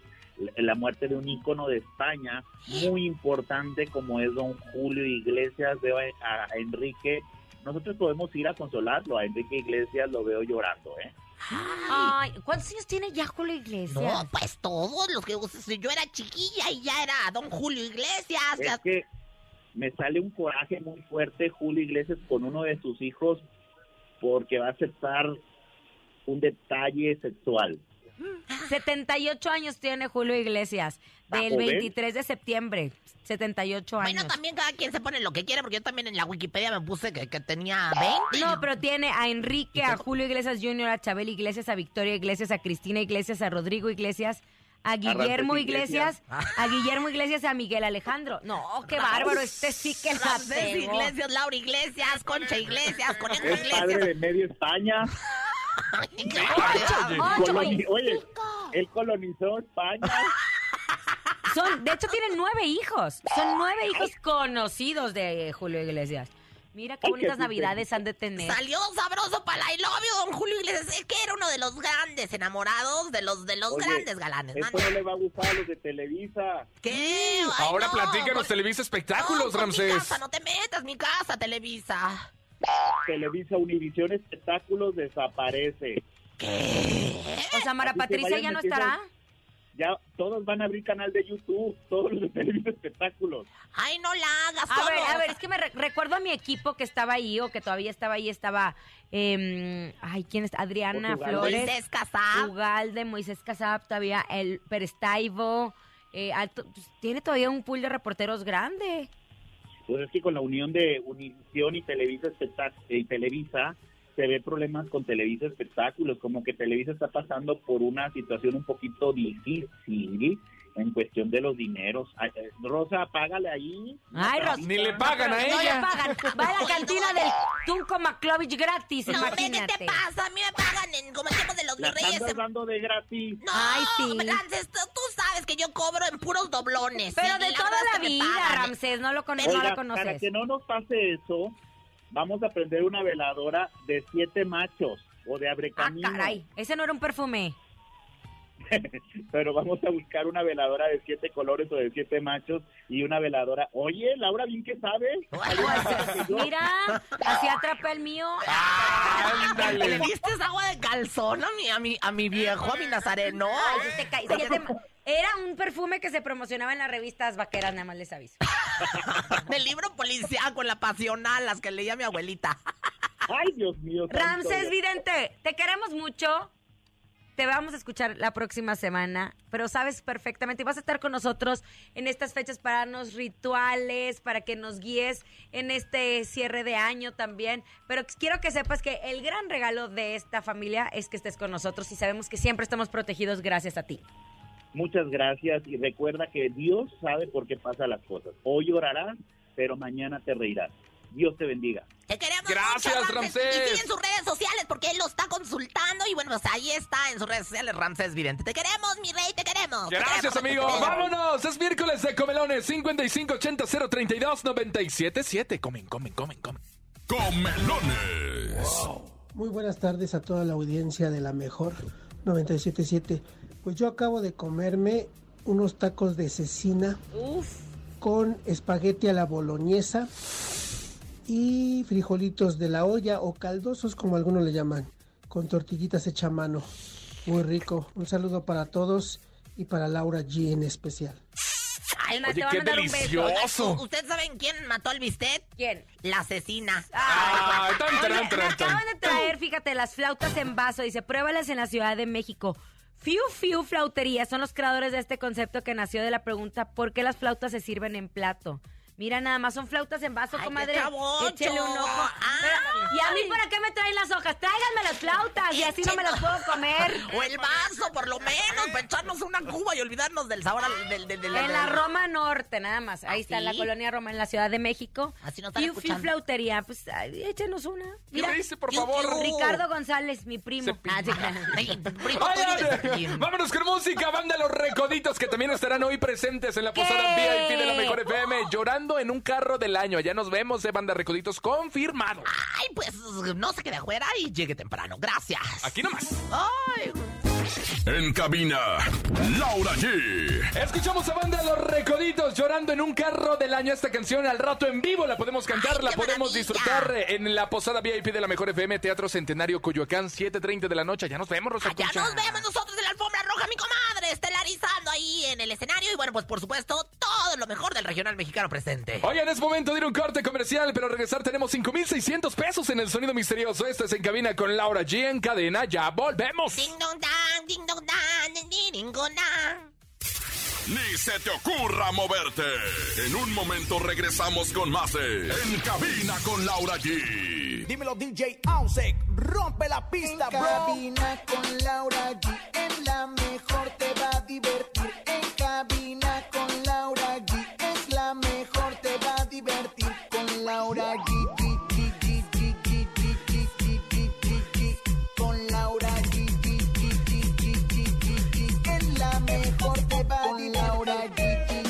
[SPEAKER 8] un ícono de España muy importante como es don Julio Iglesias. Veo a Enrique. Nosotros podemos ir a consolarlo. A Enrique Iglesias lo veo llorando,
[SPEAKER 4] Ay, ¿cuántos años tiene ya Julio Iglesias?
[SPEAKER 5] No, pues todos los que... Yo era chiquilla y ya era don Julio Iglesias.
[SPEAKER 8] Es que me sale un coraje muy fuerte Julio Iglesias con uno de sus hijos porque va a aceptar un detalle sexual.
[SPEAKER 4] 78 años tiene Julio Iglesias, del 23 de septiembre, 78 años.
[SPEAKER 5] Bueno, también cada quien se pone lo que quiere, porque yo también en la Wikipedia me puse que tenía 20.
[SPEAKER 4] No, pero tiene a Enrique, a Julio Iglesias Jr., a Chabel Iglesias, a Victoria Iglesias, a Cristina Iglesias, a Rodrigo Iglesias, a Guillermo Iglesias, a Guillermo Iglesias, a Miguel Alejandro. No, qué bárbaro, este sí que la
[SPEAKER 5] Ramsés
[SPEAKER 4] pegó.
[SPEAKER 5] Iglesias, Laura Iglesias, Concha Iglesias, Conejo
[SPEAKER 8] Es
[SPEAKER 5] Iglesias.
[SPEAKER 8] padre de medio España. Oye, él colonizó España.
[SPEAKER 4] De hecho, tienen 9 hijos. Son 9 hijos conocidos de Julio Iglesias. Mira qué bonitas navidades han de tener.
[SPEAKER 5] Salió sabroso para la I love you, don Julio Iglesias. Es que era uno de los grandes enamorados, de los grandes galanes.
[SPEAKER 8] Eso no le va a gustar a los de Televisa.
[SPEAKER 5] ¿Qué? Ay,
[SPEAKER 6] Ahora
[SPEAKER 5] no,
[SPEAKER 6] platícanos, Televisa Espectáculos,
[SPEAKER 5] con
[SPEAKER 6] Ramsés.
[SPEAKER 5] Mi casa, no te metas, mi casa, Televisa.
[SPEAKER 8] Televisa Univisión Espectáculos desaparece.
[SPEAKER 4] O sea, Mara
[SPEAKER 8] Así que
[SPEAKER 4] Patricia
[SPEAKER 8] vayan
[SPEAKER 4] ya no
[SPEAKER 8] metiendo-
[SPEAKER 4] estará.
[SPEAKER 8] Ya todos van a abrir canal de YouTube, todos los de Televisa Espectáculos.
[SPEAKER 5] Ay, no la hagas.
[SPEAKER 4] A ver, es que me recuerdo a mi equipo que estaba ahí o que todavía estaba ahí. Estaba, ¿quién está? Adriana
[SPEAKER 8] Ugalde.
[SPEAKER 4] Flores.
[SPEAKER 5] Moisés Casab.
[SPEAKER 4] Ugalde, Moisés Casab, todavía el Pérez Taibo. Tiene todavía un pool de reporteros grande.
[SPEAKER 8] Pues es que con la unión de Univisión y Televisa se ve problemas con Televisa Espectáculos, como que Televisa está pasando por una situación un poquito difícil en cuestión de los dineros. Ay, Rosa, págale ahí.
[SPEAKER 4] Ay, Rosa.
[SPEAKER 6] Ni le pagan a
[SPEAKER 4] No le
[SPEAKER 6] ella.
[SPEAKER 4] pagan. Va a la cantina del Tunco McLovich gratis,
[SPEAKER 5] No,
[SPEAKER 4] imagínate.
[SPEAKER 5] ¿qué te pasa? A mí me pagan en como el tiempo de los
[SPEAKER 8] La
[SPEAKER 5] virreyes.
[SPEAKER 8] están dando de gratis.
[SPEAKER 5] No,
[SPEAKER 4] Ay, sí.
[SPEAKER 5] Ramsés, tú sabes que yo cobro en puros doblones.
[SPEAKER 4] Pero
[SPEAKER 5] y
[SPEAKER 4] de toda
[SPEAKER 5] verdad es
[SPEAKER 4] la
[SPEAKER 5] que me
[SPEAKER 4] vida,
[SPEAKER 5] pagan.
[SPEAKER 4] Ramsés, no la
[SPEAKER 8] Oiga, para
[SPEAKER 4] conoces.
[SPEAKER 8] que no nos pase eso, vamos a prender una veladora de 7 machos o de
[SPEAKER 4] Ah,
[SPEAKER 8] abrecamino.
[SPEAKER 4] caray, ese no era un perfume.
[SPEAKER 8] Pero vamos a buscar una veladora de 7 colores o de 7 machos y una veladora. Oye, Laura, bien que sabes.
[SPEAKER 4] Pues, mira, así atrapé el mío.
[SPEAKER 6] Ándale.
[SPEAKER 5] ¿Le diste agua de calzón a mi viejo, a mi nazareno?
[SPEAKER 4] Ay, sí te caí, sí, era un perfume que se promocionaba en las revistas vaqueras, nada más les aviso.
[SPEAKER 5] Del libro policíaco, la pasional, las que leía mi abuelita.
[SPEAKER 8] Ay, Dios mío. santo
[SPEAKER 4] Ramsés
[SPEAKER 8] Dios.
[SPEAKER 4] Vidente, te queremos mucho. te vamos a escuchar la próxima semana, pero sabes perfectamente, y vas a estar con nosotros en estas fechas para darnos rituales, para que nos guíes en este cierre de año también. Pero quiero que sepas que el gran regalo de esta familia es que estés con nosotros y sabemos que siempre estamos protegidos gracias a ti.
[SPEAKER 8] Muchas gracias y recuerda que Dios sabe por qué pasan las cosas. Hoy llorarás, pero mañana te reirás. Dios te bendiga.
[SPEAKER 5] Te queremos
[SPEAKER 6] Gracias,
[SPEAKER 5] mucho,
[SPEAKER 6] Ramsés.
[SPEAKER 5] Y sigue en sus redes sociales porque él lo está consultando. Y bueno, pues ahí está en sus redes sociales, Ramsés Vidente. Te queremos, mi rey, te queremos.
[SPEAKER 6] Gracias, amigo. Vámonos. Es miércoles de comelones. 5580-032-977. Comen.
[SPEAKER 7] Comelones.
[SPEAKER 11] Muy buenas tardes a toda la audiencia de la mejor 977. Pues yo acabo de comerme unos tacos de cecina con espagueti a la boloñesa y frijolitos de la olla o caldosos como algunos le llaman, con tortillitas hechas a mano. Muy rico. Un saludo para todos y para Laura G en especial.
[SPEAKER 5] Ay,
[SPEAKER 6] Oye, qué delicioso.
[SPEAKER 5] ¿Ustedes saben quién mató al bistec?
[SPEAKER 4] ¿Quién?
[SPEAKER 5] La asesina.
[SPEAKER 6] Ay, tan.
[SPEAKER 4] Acaban de traer, fíjate, las flautas en vaso. Dice, pruébalas en la Ciudad de México. Fiu Flautería son los creadores de este concepto que nació de la pregunta ¿por qué las flautas se sirven en plato? Mira, nada más son flautas en vaso, comadre. Échele un ojo. ¿Y a mí para qué me traen las hojas? Tráiganme las flautas y así no me las puedo comer.
[SPEAKER 5] O el vaso, por lo menos, para echarnos una cuba y olvidarnos del sabor
[SPEAKER 4] En la Roma Norte, nada más. Ahí está, en la colonia Roma, en la Ciudad de México.
[SPEAKER 5] Así nos están
[SPEAKER 4] Fiu
[SPEAKER 5] escuchando.
[SPEAKER 4] Flautería. Pues échenos una.
[SPEAKER 6] ¿Qué me dice, por favor?
[SPEAKER 4] Ricardo González, mi primo.
[SPEAKER 6] Vámonos con música, banda Los Recoditos, que también estarán hoy presentes en la posada VIP de la Mejor FM, llorando en un carro del año. Ya nos vemos, banda Recoditos, confirmado.
[SPEAKER 5] Ay, pues no se quede afuera y llegue temprano. Gracias.
[SPEAKER 6] Aquí nomás.
[SPEAKER 5] Ay.
[SPEAKER 7] En cabina, Laura G.
[SPEAKER 6] Escuchamos a banda Los Recoditos llorando en un carro del año. Esta canción al rato en vivo la podemos cantar,
[SPEAKER 5] Ay,
[SPEAKER 6] la
[SPEAKER 5] qué
[SPEAKER 6] podemos
[SPEAKER 5] maravilla.
[SPEAKER 6] disfrutar en la posada VIP de la Mejor FM, Teatro Centenario Coyoacán, 7:30 de la noche. Ya nos vemos, Rosa
[SPEAKER 5] Ya
[SPEAKER 6] Concha.
[SPEAKER 5] nos vemos nosotros en la alfombra roja, mi comadre, estelarizando ahí en el escenario. Y bueno, pues por supuesto, todo lo mejor del regional mexicano presente.
[SPEAKER 6] Oigan, es momento de ir a un corte comercial, pero al regresar tenemos 5,600 pesos en el sonido misterioso. Esto es En Cabina con Laura G en cadena. Ya volvemos.
[SPEAKER 5] Ding dong dang, ding dong dang, ding ding ding dong dang.
[SPEAKER 7] Ni se te ocurra moverte. En un momento regresamos con más de En Cabina con Laura G.
[SPEAKER 1] Dímelo, DJ Ausek, rompe la pista, bro.
[SPEAKER 12] Cabina con Laura G, en la mejor te va a divertir. En cabina con Laura G, es la mejor te va a divertir. Con Laura G, con Laura G, en la mejor te va a divertir. Laura G,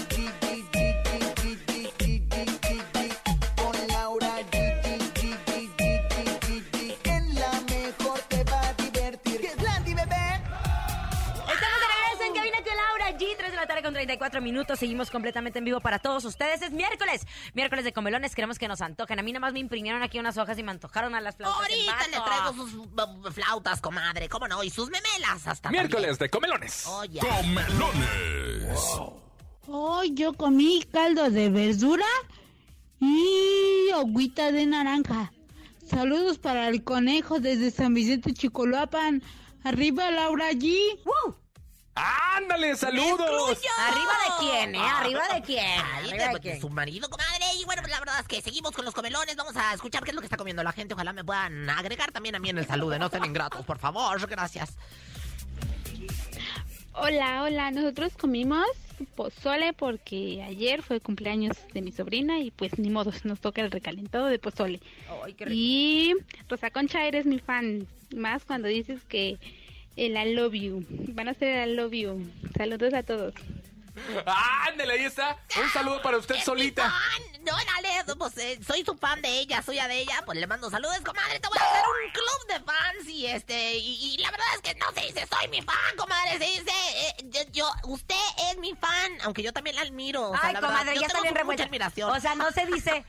[SPEAKER 12] con Laura G, en la mejor te va a divertir.
[SPEAKER 1] ¡Es Landy, bebé!
[SPEAKER 4] Estamos de regreso en Cabina con Laura G, 3 de la tarde con 34 minutos. Seguimos completamente en vivo para todos ustedes. Es miércoles de comelones. Queremos que nos antojen. A mí nada más me imprimieron aquí unas hojas y me antojaron a las flautas.
[SPEAKER 5] Ahorita le traigo sus flautas, comadre, cómo no, y sus memelas hasta
[SPEAKER 6] Miércoles de comelones.
[SPEAKER 5] Oye.
[SPEAKER 7] Comelones.
[SPEAKER 13] Hoy yo comí caldo de verdura y agüita de naranja. Saludos para el conejo desde San Vicente Chicoloapan. Arriba Laura G.
[SPEAKER 4] ¡Woo!
[SPEAKER 6] ¡Ándale, saludos!
[SPEAKER 4] ¿Arriba de quién, ¿Arriba de quién?
[SPEAKER 5] Ay, de su marido, comadre. Y bueno, pues la verdad es que seguimos con los comelones. Vamos a escuchar qué es lo que está comiendo la gente. Ojalá me puedan agregar también a mí en el saludo. No sean ingratos, por favor. Gracias.
[SPEAKER 13] Hola, nosotros comimos pozole porque ayer fue cumpleaños de mi sobrina y pues ni modo, nos toca el recalentado de pozole.
[SPEAKER 4] Ay, qué rico.
[SPEAKER 13] Y Rosa Concha, eres mi fan, más cuando dices que el I love you, van a ser el I love you. Saludos a todos.
[SPEAKER 6] ¡Ándale, ahí está! Un saludo para usted solita.
[SPEAKER 5] No, dale, pues soy su fan de ella, soy de ella, pues le mando saludos, comadre. Te voy a hacer un club de fans y la verdad es que no se dice soy mi fan, comadre, se dice usted es mi fan, aunque yo también la admiro. O sea,
[SPEAKER 4] Ay,
[SPEAKER 5] la
[SPEAKER 4] comadre,
[SPEAKER 5] verdad,
[SPEAKER 4] ya está bien
[SPEAKER 5] mucha
[SPEAKER 4] revuelta.
[SPEAKER 5] admiración.
[SPEAKER 4] O sea, no se dice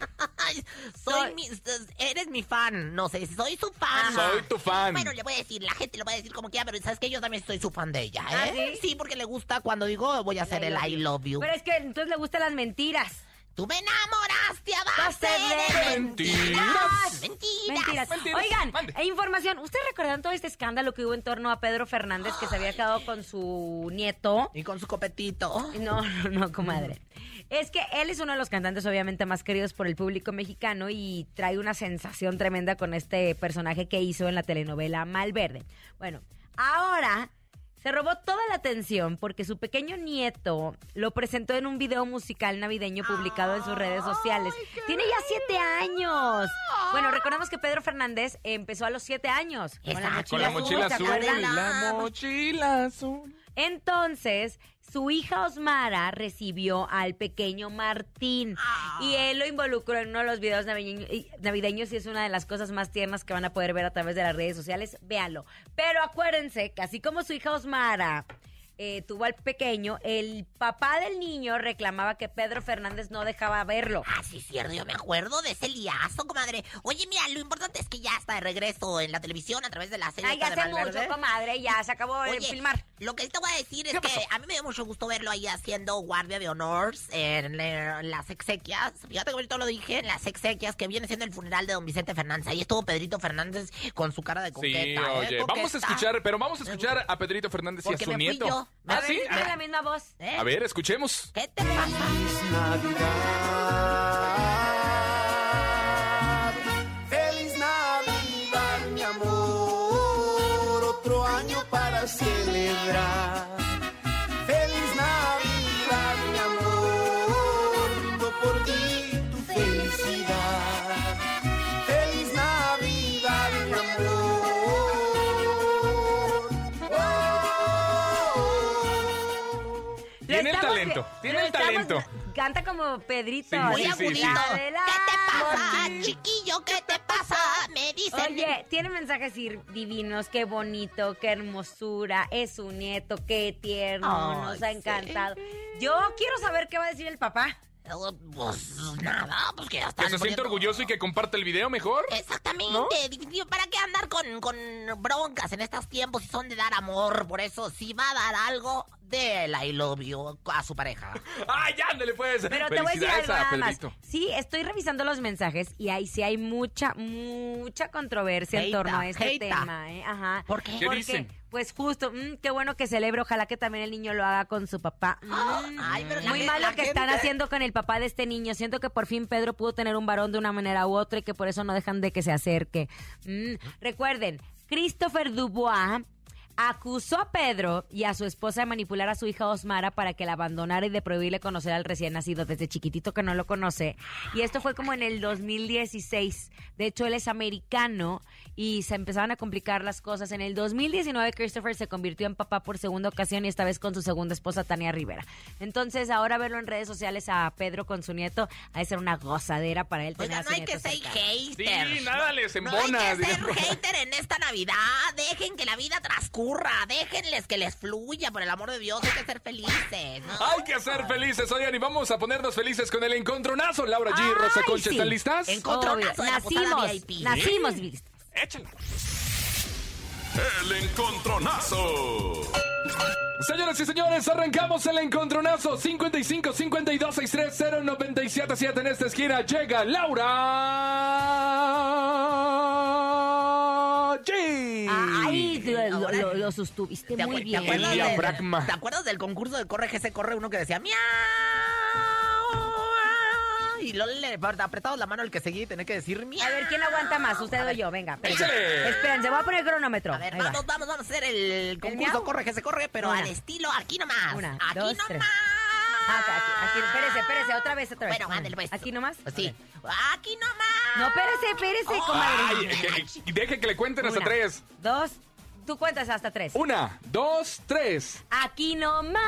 [SPEAKER 5] eres mi fan, no se dice soy su fan.
[SPEAKER 6] Soy tu fan.
[SPEAKER 5] Bueno, le voy a decir, la gente lo va a decir como quiera, pero ¿sabes qué? Yo también soy su fan de ella,
[SPEAKER 4] ¿Ah,
[SPEAKER 5] ¿eh?
[SPEAKER 4] sí?
[SPEAKER 5] Sí, porque le gusta cuando digo voy a hacer el I love you.
[SPEAKER 4] Pero es que entonces le gustan las mentiras.
[SPEAKER 5] Tú me enamoraste a base de mentiras.
[SPEAKER 4] Oigan, información. ¿Ustedes recuerdan todo este escándalo que hubo en torno a Pedro Fernández, que se había quedado con su nieto?
[SPEAKER 5] Y con su copetito.
[SPEAKER 4] No, comadre. Es que él es uno de los cantantes obviamente más queridos por el público mexicano y trae una sensación tremenda con este personaje que hizo en la telenovela Malverde. Bueno, ahora se robó toda la atención porque su pequeño nieto lo presentó en un video musical navideño publicado en sus redes sociales. Tiene ya 7 años. Bueno, recordemos que Pedro Fernández empezó a los 7 años.
[SPEAKER 6] Con la mochila azul. La mochila azul.
[SPEAKER 4] Entonces, su hija Osmara recibió al pequeño Martín y él lo involucró en uno de los videos navideños y es una de las cosas más tiernas que van a poder ver a través de las redes sociales. Véanlo. Pero acuérdense que así como su hija Osmara tuvo al pequeño, el papá del niño reclamaba que Pedro Fernández no dejaba verlo.
[SPEAKER 5] Ah, sí, cierto, yo me acuerdo de ese liazo, comadre. Oye, mira, lo importante es que ya está de regreso en la televisión a través de la serie.
[SPEAKER 4] Ya hace mucho, comadre, ya se acabó de filmar.
[SPEAKER 5] Lo que te voy a decir es que a mí me dio mucho gusto verlo ahí haciendo guardia de honor en las exequias. Fíjate que ahorita lo dije, en las exequias, que viene siendo el funeral de don Vicente Fernández. Ahí estuvo Pedrito Fernández con su cara de coqueta.
[SPEAKER 6] Sí, oye,
[SPEAKER 5] coqueta.
[SPEAKER 6] vamos a escuchar a Pedrito Fernández y a su nieto.
[SPEAKER 5] Yo.
[SPEAKER 4] A ver, tiene la misma voz.
[SPEAKER 6] A ver, escuchemos.
[SPEAKER 5] ¿Qué te pasa?
[SPEAKER 12] Feliz Navidad, mi amor, otro año para celebrar. Feliz Navidad, mi amor, brindo por ti tu felicidad. Feliz Navidad, mi amor.
[SPEAKER 6] Tiene el talento.
[SPEAKER 4] Canta como Pedrito.
[SPEAKER 6] Sí,
[SPEAKER 5] muy
[SPEAKER 6] sí,
[SPEAKER 5] agudito.
[SPEAKER 6] sí.
[SPEAKER 5] ¿Qué te pasa, chiquillo? ¿Qué te pasa? Me dicen.
[SPEAKER 4] Oye, tiene mensajes divinos, qué bonito, qué hermosura, es su nieto, qué tierno, nos ha encantado. Yo quiero saber qué va a decir el papá.
[SPEAKER 5] Pues nada, pues que ya está.
[SPEAKER 6] Que se siente orgulloso y que comparte el video mejor.
[SPEAKER 5] Exactamente,
[SPEAKER 6] ¿no?
[SPEAKER 5] ¿Para qué andar con broncas en estos tiempos si son de dar amor? Por eso, si va a dar algo, del I love you a su pareja.
[SPEAKER 6] ¡Ay, ándale pues!
[SPEAKER 4] Pero te voy a decir algo nada más.
[SPEAKER 6] Pedrito.
[SPEAKER 4] Sí, estoy revisando los mensajes y ahí sí hay mucha controversia en torno a este tema, ¿eh? Ajá.
[SPEAKER 5] ¿Por qué?
[SPEAKER 6] ¿Qué
[SPEAKER 4] Porque,
[SPEAKER 6] dicen?
[SPEAKER 4] pues justo, qué bueno que celebre, ojalá que también el niño lo haga con su papá.
[SPEAKER 5] Ay, pero
[SPEAKER 4] Muy mal lo que están haciendo con el papá de este niño. Siento que por fin Pedro pudo tener un varón de una manera u otra y que por eso no dejan de que se acerque. Recuerden, Christopher Dubois acusó a Pedro y a su esposa de manipular a su hija Osmara para que la abandonara y de prohibirle conocer al recién nacido desde chiquitito que no lo conoce. Y esto fue como en el 2016. De hecho, él es americano y se empezaban a complicar las cosas. En el 2019, Christopher se convirtió en papá por segunda ocasión y esta vez con su segunda esposa, Tania Rivera. Entonces, ahora verlo en redes sociales a Pedro con su nieto ha de ser una gozadera para él.
[SPEAKER 5] Oiga, no hay que ser hater.
[SPEAKER 6] Sí, nada les embona.
[SPEAKER 5] No hay que ser hater en esta Navidad. Dejen que la vida transcurra. Déjenles que les fluya, por el amor de Dios. Hay que ser felices, ¿no?
[SPEAKER 6] Hay que ser felices, oigan, y vamos a ponernos felices con el encontronazo. Laura G, Rosa Concha, ¿están listas?
[SPEAKER 5] Encontronazo de la posada VIP.
[SPEAKER 4] Nacimos listos.
[SPEAKER 6] Échale.
[SPEAKER 7] El encontronazo.
[SPEAKER 6] Señoras y señores, arrancamos el encontronazo. 55-52-63-0977. En esta esquina llega Laura G.
[SPEAKER 4] Ay, lo sostuviste muy bien.
[SPEAKER 6] El diafragma.
[SPEAKER 5] ¿Te acuerdas del concurso de Corre que se corre? Uno que decía miau. Y luego le apretamos la mano al que seguía y tenía que decir miau.
[SPEAKER 4] A ver, ¿quién aguanta más? ¿Usted o yo? Venga.
[SPEAKER 6] Échale.
[SPEAKER 4] Espérense, voy a poner el cronómetro.
[SPEAKER 5] A ver,
[SPEAKER 4] Ahí va.
[SPEAKER 5] vamos a hacer el concurso
[SPEAKER 4] miau?
[SPEAKER 5] Corre que se corre, pero
[SPEAKER 4] Una.
[SPEAKER 5] al estilo aquí nomás.
[SPEAKER 4] Una,
[SPEAKER 5] aquí
[SPEAKER 4] dos,
[SPEAKER 5] nomás.
[SPEAKER 4] tres. Aquí, espérese, otra vez.
[SPEAKER 5] Bueno, ándale, pues.
[SPEAKER 4] ¿Aquí nomás?
[SPEAKER 5] Pues sí. Aquí nomás.
[SPEAKER 4] No, espérese, comadre.
[SPEAKER 6] Ay, deje que le cuenten hasta 3.
[SPEAKER 4] 2, tú cuentas hasta 3.
[SPEAKER 6] 1, 2, 3.
[SPEAKER 4] Aquí nomás.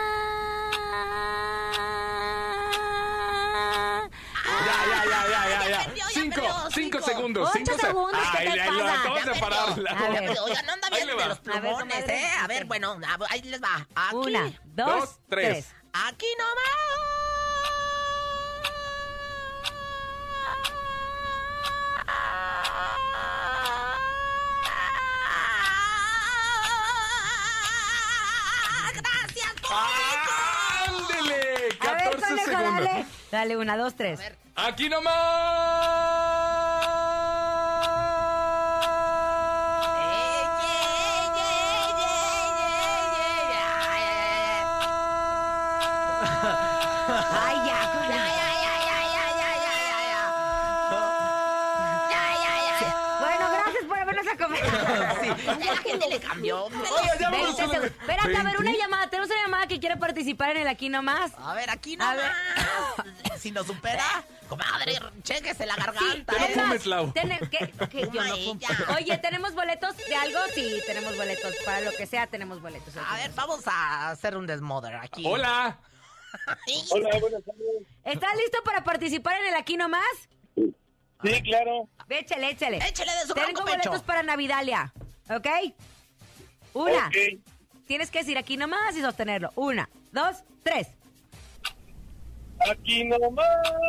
[SPEAKER 6] Ya. 5 segundos.
[SPEAKER 4] 8 segundos.
[SPEAKER 6] Ay,
[SPEAKER 4] ¿Qué te
[SPEAKER 6] lo
[SPEAKER 4] pasa?
[SPEAKER 6] acabas de parar.
[SPEAKER 5] Oiga, no anda bien de los plumones, ¿eh? A ver, bueno, ahí les va. Aquí.
[SPEAKER 4] 1, 2, 3.
[SPEAKER 5] Aquí nomás. Gracias, público.
[SPEAKER 6] ¡Ándele! 14
[SPEAKER 4] A ver, conejo,
[SPEAKER 6] segundos.
[SPEAKER 4] dale. Dale, 1, 2, 3.
[SPEAKER 6] ¡Aquí nomás!
[SPEAKER 4] Ay, ya. Bueno, gracias por habernos acompañado.
[SPEAKER 5] Sí, la gente le cambió.
[SPEAKER 6] Oye, ya vamos a ver.
[SPEAKER 4] Espérate, a ver, una llamada. Tenemos una llamada que quiere participar en el Aquí Nomás.
[SPEAKER 5] A ver, aquí nomás. Si nos supera, comadre, chéquese la garganta.
[SPEAKER 6] Te lo fumes, Lau.
[SPEAKER 4] Que yo no fumo. Oye, ¿tenemos boletos de algo? Sí, tenemos boletos. Para lo que sea, tenemos boletos.
[SPEAKER 5] A ver, vamos a hacer un desmother aquí.
[SPEAKER 6] Hola.
[SPEAKER 14] Hola, buenas tardes.
[SPEAKER 4] ¿Estás listo para participar en el Aquí Nomás?
[SPEAKER 14] Sí, claro.
[SPEAKER 4] Échale.
[SPEAKER 5] Échale de su
[SPEAKER 4] Tengo
[SPEAKER 5] blanco
[SPEAKER 4] boletos
[SPEAKER 5] pecho.
[SPEAKER 4] para Navidalia, ¿ok? Una.
[SPEAKER 14] Ok.
[SPEAKER 4] Tienes que decir Aquí Nomás y sostenerlo. 1, 2, 3.
[SPEAKER 14] Aquí nomás.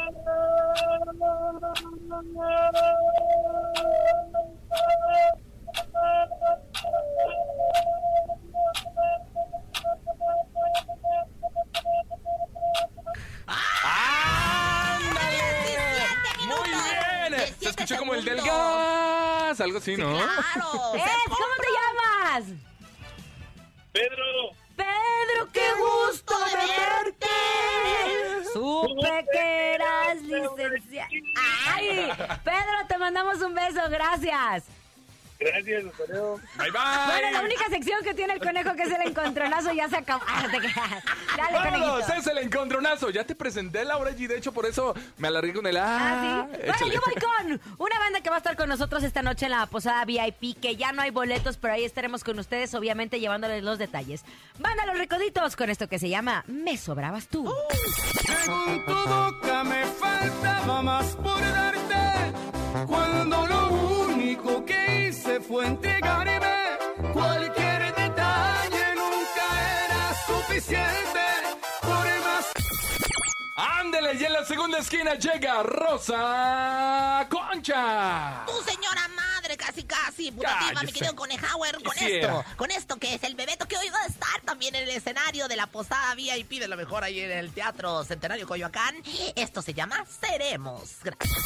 [SPEAKER 6] Muy bien. Se escuchó como el del gas. Algo así, ¿no?
[SPEAKER 5] Claro.
[SPEAKER 4] ¿Cómo te llamas?
[SPEAKER 14] Pedro.
[SPEAKER 4] Pedro, qué gusto de verte. Supe que eras licenciado. Ay, Pedro, te mandamos un beso, gracias.
[SPEAKER 14] Gracias, hasta luego.
[SPEAKER 6] Bye, bye.
[SPEAKER 4] Bueno, la única sección que tiene el conejo, que es el encontronazo, ya se acabó. Ah, te quedas. Dale,
[SPEAKER 6] ¡Vámonos!
[SPEAKER 4] conejito.
[SPEAKER 6] Es el encontronazo. Ya te presenté, Laura G. De hecho, por eso me alargué con el...
[SPEAKER 4] Ah, sí. Bueno,
[SPEAKER 6] échale.
[SPEAKER 4] yo voy con una banda que va a estar con nosotros esta noche en la posada VIP, que ya no hay boletos, pero ahí estaremos con ustedes, obviamente llevándoles los detalles. Banda Los Recoditos con esto que se llama Me Sobrabas Tú.
[SPEAKER 12] En tu boca me faltaba más por darte, cuando lo único que hice fue entregarme. Cualquier detalle nunca era suficiente, por más.
[SPEAKER 6] ¡Ándele! Y en la segunda esquina llega Rosa Concha.
[SPEAKER 5] Tu señora madre, casi, putativa,
[SPEAKER 6] Cállese.
[SPEAKER 5] mi querido Conejauer,
[SPEAKER 6] Quisiera.
[SPEAKER 5] con esto que es el Bebeto, que hoy va a estar también en el escenario de la posada VIP de lo mejor ahí en el Teatro Centenario Coyoacán. Esto se llama Seremos.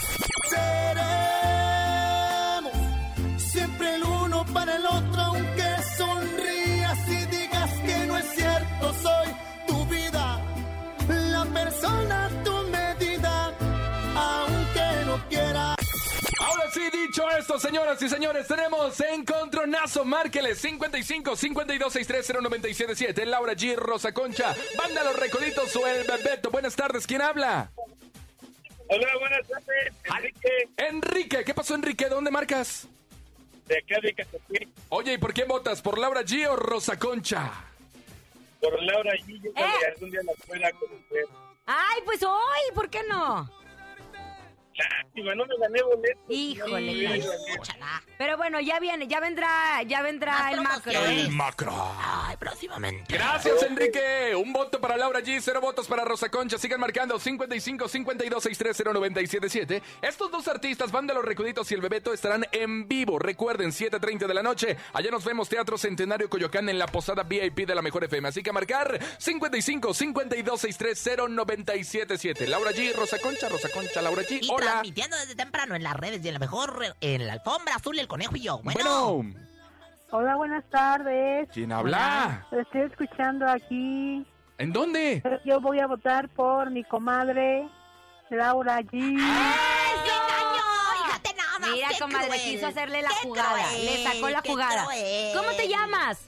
[SPEAKER 12] Seremos siempre el uno para el otro, aunque sonrías y digas que no es cierto. Soy tu vida, la persona, tu medida, aunque no quiera.
[SPEAKER 6] Ahora sí, dicho esto, señoras y señores, tenemos encontronazo. Márqueles 55 52 630 977. Laura G, Rosa Concha, Banda Los Recoditos o el Bebeto. Buenas tardes, ¿quién habla?
[SPEAKER 14] Hola, buenas tardes. Enrique,
[SPEAKER 6] Enrique, ¿qué pasó, Enrique? ¿Dónde marcas?
[SPEAKER 14] de acá de Catepec.
[SPEAKER 6] Oye, ¿y por quién votas? ¿Por Laura G o Rosa Concha?
[SPEAKER 14] Por Laura G, yo creo que algún día la pueda conocer.
[SPEAKER 4] Ay, pues hoy, ¿por qué no?
[SPEAKER 14] Lástima, no me gané boleto.
[SPEAKER 4] Híjole, pero bueno, ya viene, ya vendrá el macro, ¿eh?
[SPEAKER 6] El macro.
[SPEAKER 5] Ay, próximamente.
[SPEAKER 6] Gracias, Enrique. Un voto para Laura G, 0 votos para Rosa Concha. Sigan marcando 55 52 630 977. Estos dos artistas, Banda Los Recoditos y el Bebeto, estarán en vivo. Recuerden, 7:30 de la noche. Allá nos vemos, Teatro Centenario Coyoacán, en la posada VIP de la Mejor FM. Así que a marcar 55 52 630 977. Laura G, Rosa Concha, Laura G.
[SPEAKER 5] Y
[SPEAKER 6] Hola.
[SPEAKER 5] transmitiendo desde temprano en las redes y en la mejor, en la alfombra azul, el conejo y yo.
[SPEAKER 6] Bueno.
[SPEAKER 15] Hola, buenas tardes.
[SPEAKER 6] ¿Quién habla?
[SPEAKER 15] Estoy escuchando aquí.
[SPEAKER 6] ¿En dónde?
[SPEAKER 15] Yo voy a votar por mi comadre Laura G.
[SPEAKER 5] Fíjate nada más.
[SPEAKER 4] Mira,
[SPEAKER 5] qué
[SPEAKER 4] comadre,
[SPEAKER 5] cruel,
[SPEAKER 4] quiso hacerle la
[SPEAKER 5] qué
[SPEAKER 4] jugada.
[SPEAKER 5] cruel,
[SPEAKER 4] Le sacó la
[SPEAKER 5] qué
[SPEAKER 4] jugada.
[SPEAKER 5] cruel.
[SPEAKER 4] ¿Cómo te llamas?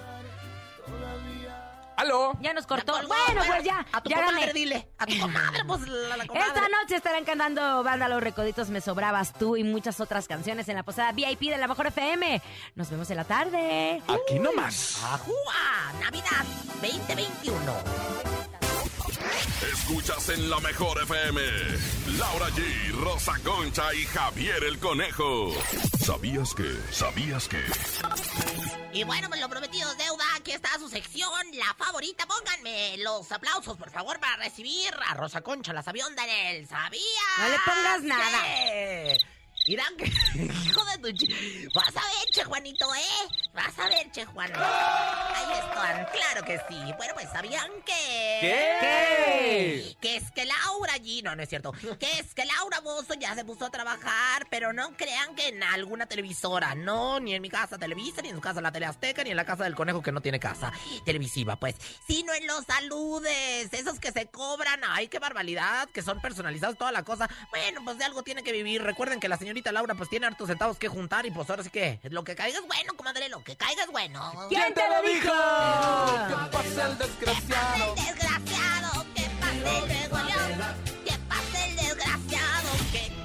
[SPEAKER 6] ¿Aló?
[SPEAKER 4] Ya nos cortó.
[SPEAKER 5] Ya colgó,
[SPEAKER 4] Bueno,
[SPEAKER 5] pero
[SPEAKER 4] pues ya.
[SPEAKER 5] a tu
[SPEAKER 4] ya
[SPEAKER 5] comadre,
[SPEAKER 4] gané.
[SPEAKER 5] dile. A tu comadre, pues la comadre.
[SPEAKER 4] Esta noche estarán cantando Banda Los Recoditos, Me Sobrabas Tú y muchas otras canciones en la posada VIP de la Mejor FM. Nos vemos en la tarde.
[SPEAKER 6] Aquí nomás.
[SPEAKER 5] ¡Ajúa! Navidad 2021.
[SPEAKER 7] Escuchas en la Mejor FM. Laura G, Rosa Concha y Javier el Conejo. ¿Sabías que?
[SPEAKER 5] Y bueno, pues lo prometido es deuda. Aquí está su sección, la favorita. Pónganme los aplausos, por favor, para recibir a Rosa Concha, la sabionda en el ¿Sabías?
[SPEAKER 4] No le pongas nada.
[SPEAKER 5] Irán, hijo de tu... Vas a ver, che, Juanito, Vas a ver, Che Juan. Ahí están, claro que sí. Bueno, pues, ¿sabían que...?
[SPEAKER 6] ¿Qué?
[SPEAKER 5] Que es que Laura allí... No es cierto. Que es que Laura Bozzo ya se puso a trabajar, pero no crean que en alguna televisora. No, ni en mi casa Televisa, ni en su casa la Tele Azteca, ni en la casa del conejo que no tiene casa televisiva, pues. Sino en los saludes, esos que se cobran. Ay, qué barbaridad, que son personalizados, toda la cosa. Bueno, pues de algo tiene que vivir. Recuerden que la señorita Laura, pues, tiene hartos centavos que juntar y pues ahora sí que lo que caiga es bueno, comadre, lo que caiga es bueno.
[SPEAKER 6] ¿Quién te lo dijo?
[SPEAKER 5] ¿Qué
[SPEAKER 6] pasa el desgraciado?
[SPEAKER 5] ¿Qué pasa el desgraciado? ¿Qué pasa el desgraciado? ¿Qué pasa el desgraciado? Que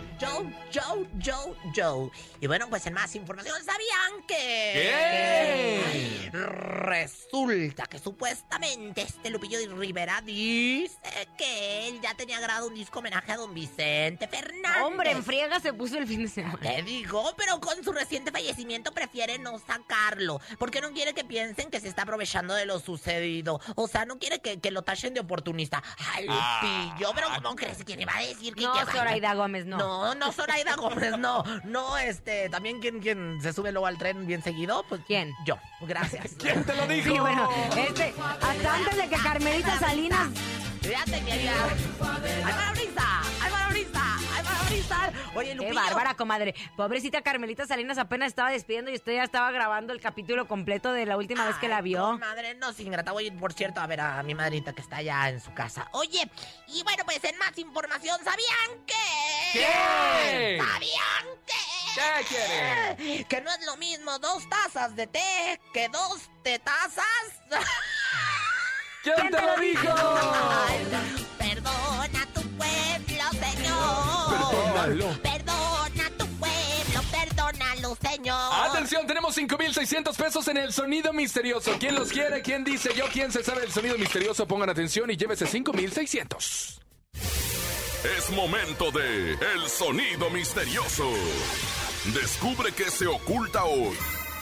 [SPEAKER 5] Joe. Y bueno, pues en más información, ¿sabían que...?
[SPEAKER 6] ¿Qué?
[SPEAKER 5] Resulta que supuestamente Lupillo Rivera dice que él ya tenía grabado un disco homenaje a don Vicente Fernández.
[SPEAKER 4] Hombre, en friega se puso el fin de semana.
[SPEAKER 5] Te digo, pero con su reciente fallecimiento prefiere no sacarlo, porque no quiere que piensen que se está aprovechando de lo sucedido. O sea, no quiere que lo tachen de oportunista. Ay, Lupillo, pero ¿cómo crees que le va a decir que...
[SPEAKER 4] No, Zoraida Gómez, no.
[SPEAKER 5] No, Zoraida Gómez, no. No, también quien se sube luego al tren bien seguido, pues...
[SPEAKER 4] ¿Quién?
[SPEAKER 5] Yo, gracias.
[SPEAKER 6] ¿Quién te lo dijo?
[SPEAKER 4] Sí, bueno, hasta antes de que Carmelita Salinas...
[SPEAKER 5] Fíjate que había... ¡Ay, parabrisa! Oye, Lupillo...
[SPEAKER 4] Qué bárbara, comadre. Pobrecita Carmelita Salinas apenas estaba despidiendo y usted ya estaba grabando el capítulo completo de la última vez que la vio.
[SPEAKER 5] Madre, no, sin grata. Voy, por cierto, a ver a mi madrita que está allá en su casa. Oye, y bueno, pues en más información, ¿sabían que...?
[SPEAKER 6] ¿Qué?
[SPEAKER 5] ¿Sabían que...?
[SPEAKER 6] ¿Qué quiere?
[SPEAKER 5] Que no es lo mismo 2 tazas de té que 2 tetazas.
[SPEAKER 6] ¿Quién te lo dijo?
[SPEAKER 5] Perdona tu pueblo, señor.
[SPEAKER 6] Perdónalo.
[SPEAKER 5] Perdona tu pueblo, perdónalo, señor.
[SPEAKER 6] Atención, tenemos 5,600 pesos en el sonido misterioso. ¿Quién los quiere? ¿Quién dice yo? ¿Quién se sabe el sonido misterioso? Pongan atención y llévese 5,600.
[SPEAKER 7] Es momento de El Sonido Misterioso. Descubre qué se oculta hoy.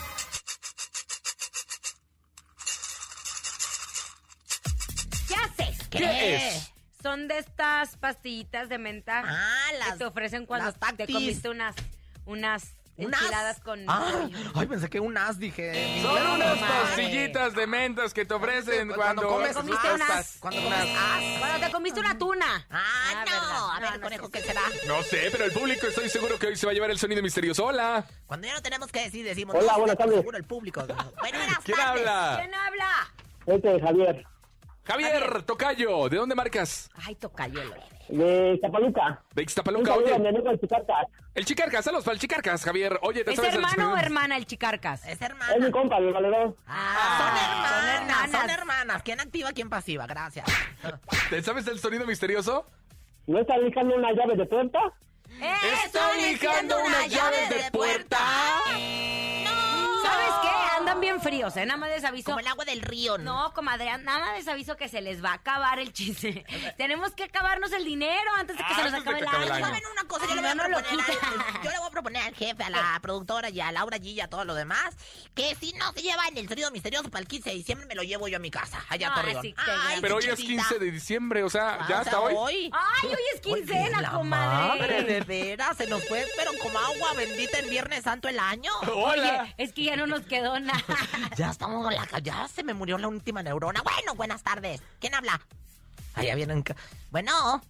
[SPEAKER 4] ¿Qué haces?
[SPEAKER 6] ¿Qué es?
[SPEAKER 4] Son de estas pastillitas de menta
[SPEAKER 5] las
[SPEAKER 4] que te ofrecen cuando
[SPEAKER 5] las
[SPEAKER 4] te
[SPEAKER 5] Tactis.
[SPEAKER 4] comiste unas enchiladas con...
[SPEAKER 5] Ay, pensé que un as, dije.
[SPEAKER 6] Son unas
[SPEAKER 4] madre.
[SPEAKER 6] pastillitas de mentas que te ofrecen cuando
[SPEAKER 5] comes
[SPEAKER 4] comiste unas.
[SPEAKER 5] Cuando comes as.
[SPEAKER 4] Cuando te comiste una tuna.
[SPEAKER 5] Ah, no.
[SPEAKER 4] verdad.
[SPEAKER 5] A ver,
[SPEAKER 4] No
[SPEAKER 5] conejo,
[SPEAKER 4] sé.
[SPEAKER 5] ¿qué será?
[SPEAKER 6] No sé, pero el público estoy seguro que hoy se va a llevar el sonido misterioso. Hola.
[SPEAKER 5] Cuando ya no tenemos que decir, decimos...
[SPEAKER 8] Hola,
[SPEAKER 5] no,
[SPEAKER 8] buenas tardes.
[SPEAKER 5] seguro el público. Buenas
[SPEAKER 6] ¿Quién
[SPEAKER 5] tardes.
[SPEAKER 6] habla?
[SPEAKER 4] ¿Quién habla?
[SPEAKER 8] Javier,
[SPEAKER 6] Javier, tocayo. ¿De dónde marcas?
[SPEAKER 4] Ay, tocayo.
[SPEAKER 8] de Ixtapaluca.
[SPEAKER 6] De Ixtapaluca,
[SPEAKER 8] Un saludo
[SPEAKER 6] oye.
[SPEAKER 8] a mi amigo el Chicarcas.
[SPEAKER 6] El Chicarcas, saludos para el Chicarcas, Javier. Oye, ¿te
[SPEAKER 4] ¿Es
[SPEAKER 6] sabes el
[SPEAKER 4] hermano o
[SPEAKER 6] sonido?
[SPEAKER 4] hermana el Chicarcas?
[SPEAKER 5] Es
[SPEAKER 8] Es
[SPEAKER 5] hermana.
[SPEAKER 8] mi compa, mi valedor.
[SPEAKER 5] Son hermanas. ¿Quién activa, quién pasiva? Gracias.
[SPEAKER 6] ¿Te sabes el sonido misterioso?
[SPEAKER 8] ¿No está lijando una llave de puerta?
[SPEAKER 6] ¡Estoy lijando una llave de puerta!
[SPEAKER 4] ¿Sabes qué? Andan bien fríos, ¿eh? Nada más les aviso.
[SPEAKER 5] Como el agua del río, ¿no?
[SPEAKER 4] No, comadre, nada más les aviso que se les va a acabar el chiste. Tenemos que acabarnos el dinero antes de que se nos
[SPEAKER 6] Antes de
[SPEAKER 4] acabe
[SPEAKER 6] que
[SPEAKER 4] el
[SPEAKER 6] acabe el
[SPEAKER 4] año.
[SPEAKER 6] año.
[SPEAKER 5] ¿Saben una cosa? Yo le voy a
[SPEAKER 4] No, no lo
[SPEAKER 5] proponer
[SPEAKER 4] quita.
[SPEAKER 5] yo le voy a proponer al jefe, a la productora y a Laura G y a todo lo demás, que si no se llevan el sonido misterioso para el 15 de diciembre, me lo llevo yo a mi casa, allá a
[SPEAKER 4] No,
[SPEAKER 5] Torreón.
[SPEAKER 4] así que
[SPEAKER 5] Ay,
[SPEAKER 6] Pero hoy es
[SPEAKER 5] chiquitita.
[SPEAKER 6] 15 de diciembre, o sea, ya
[SPEAKER 5] Ah, o
[SPEAKER 6] hasta
[SPEAKER 5] sea,
[SPEAKER 6] hoy.
[SPEAKER 4] Ay, hoy es quincena,
[SPEAKER 5] La
[SPEAKER 4] comadre.
[SPEAKER 5] madre, de veras, se nos fue, pero como agua bendita en Viernes Santo el año.
[SPEAKER 6] Hola.
[SPEAKER 4] Oye, es que ya no nos quedó nada.
[SPEAKER 5] Ya estamos con ya se me murió la última neurona. Bueno, buenas tardes. ¿Quién habla? Allá vienen. Bueno.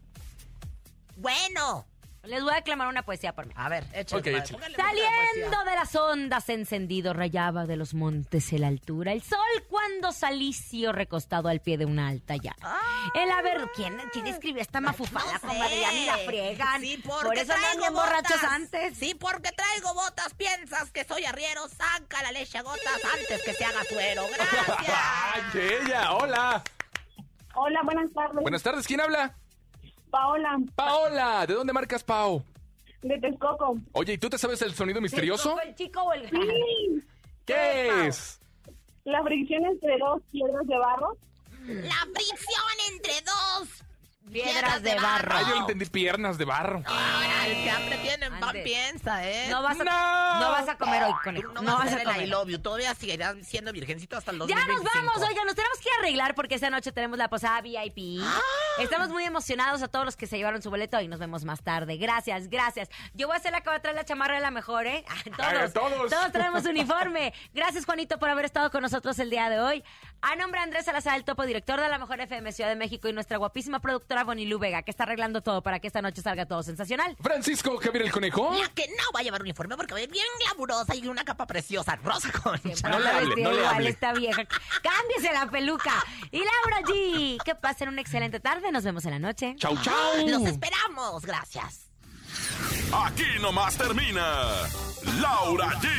[SPEAKER 4] Les voy a declamar una poesía por mí.
[SPEAKER 5] A ver, échale.
[SPEAKER 6] Ok,
[SPEAKER 5] madre,
[SPEAKER 6] échale.
[SPEAKER 5] póngale música de
[SPEAKER 4] Saliendo
[SPEAKER 5] poesía.
[SPEAKER 4] de las ondas encendido rayaba de los montes en la altura el sol cuando salicio recostado al pie de una alta llama. ¿Quién escribió esta mafufada,
[SPEAKER 5] No sé.
[SPEAKER 4] comadre? Ya ni la friegan.
[SPEAKER 5] Sí,
[SPEAKER 4] Por
[SPEAKER 5] porque
[SPEAKER 4] eso andan
[SPEAKER 5] traigo
[SPEAKER 4] bien borrachos
[SPEAKER 5] botas.
[SPEAKER 4] antes.
[SPEAKER 5] Sí, porque traigo botas. Piensas que soy arriero. Saca la leche a gotas antes que se haga suero. Gracias.
[SPEAKER 6] ¡Ay, ella! ¡Hola!
[SPEAKER 15] Hola, buenas tardes.
[SPEAKER 6] Buenas tardes, ¿quién habla?
[SPEAKER 15] Paola,
[SPEAKER 6] Paola, ¿de dónde marcas, Pao?
[SPEAKER 15] de Texcoco.
[SPEAKER 6] Oye, ¿y tú te sabes el sonido misterioso?
[SPEAKER 4] ¿El chico o el
[SPEAKER 15] Sí,
[SPEAKER 6] ¿Qué es?
[SPEAKER 15] la fricción entre dos piedras de barro.
[SPEAKER 5] La fricción entre dos
[SPEAKER 4] piedras de barro?
[SPEAKER 6] Ah, yo entendí piernas de barro.
[SPEAKER 5] Ahora, el que hambre tiene, pan
[SPEAKER 4] Ande.
[SPEAKER 5] piensa, ¿eh?
[SPEAKER 4] No vas a,
[SPEAKER 6] ¡No!
[SPEAKER 4] no vas a comer hoy, conejo.
[SPEAKER 5] No,
[SPEAKER 4] No
[SPEAKER 5] vas a
[SPEAKER 4] vas a
[SPEAKER 5] hacer el I
[SPEAKER 4] comer.
[SPEAKER 5] love you. Todavía seguirás siendo virgencito hasta el
[SPEAKER 4] Ya nos
[SPEAKER 5] 2025.
[SPEAKER 4] vamos, oigan, nos tenemos que ir a arreglar porque esta noche tenemos la posada VIP. Estamos muy emocionados a todos los que se llevaron su boleto y nos vemos más tarde. Gracias. Yo voy a ser la que va a traer la chamarra de la mejor, ¿eh? Todos traemos uniforme. Gracias, Juanito, por haber estado con nosotros el día de hoy. A nombre de Andrés Salazar, el Topo, director de la Mejor FM Ciudad de México, y nuestra guapísima productora Bonilú Vega, que está arreglando todo para que esta noche salga todo sensacional.
[SPEAKER 6] Francisco Javier el Conejo.
[SPEAKER 5] La que no va a llevar uniforme porque va a ir bien glamurosa y una capa preciosa, Rosa Concha.
[SPEAKER 6] No le hable.
[SPEAKER 4] Esta vieja. Cámbiese la peluca. Y Laura G. Que pasen una excelente tarde. Nos vemos en la noche.
[SPEAKER 6] Chau.
[SPEAKER 5] Los esperamos. Gracias.
[SPEAKER 7] Aquí nomás termina Laura G,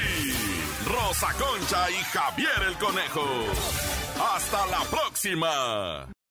[SPEAKER 7] Rosa Concha y Javier el Conejo. Hasta la próxima.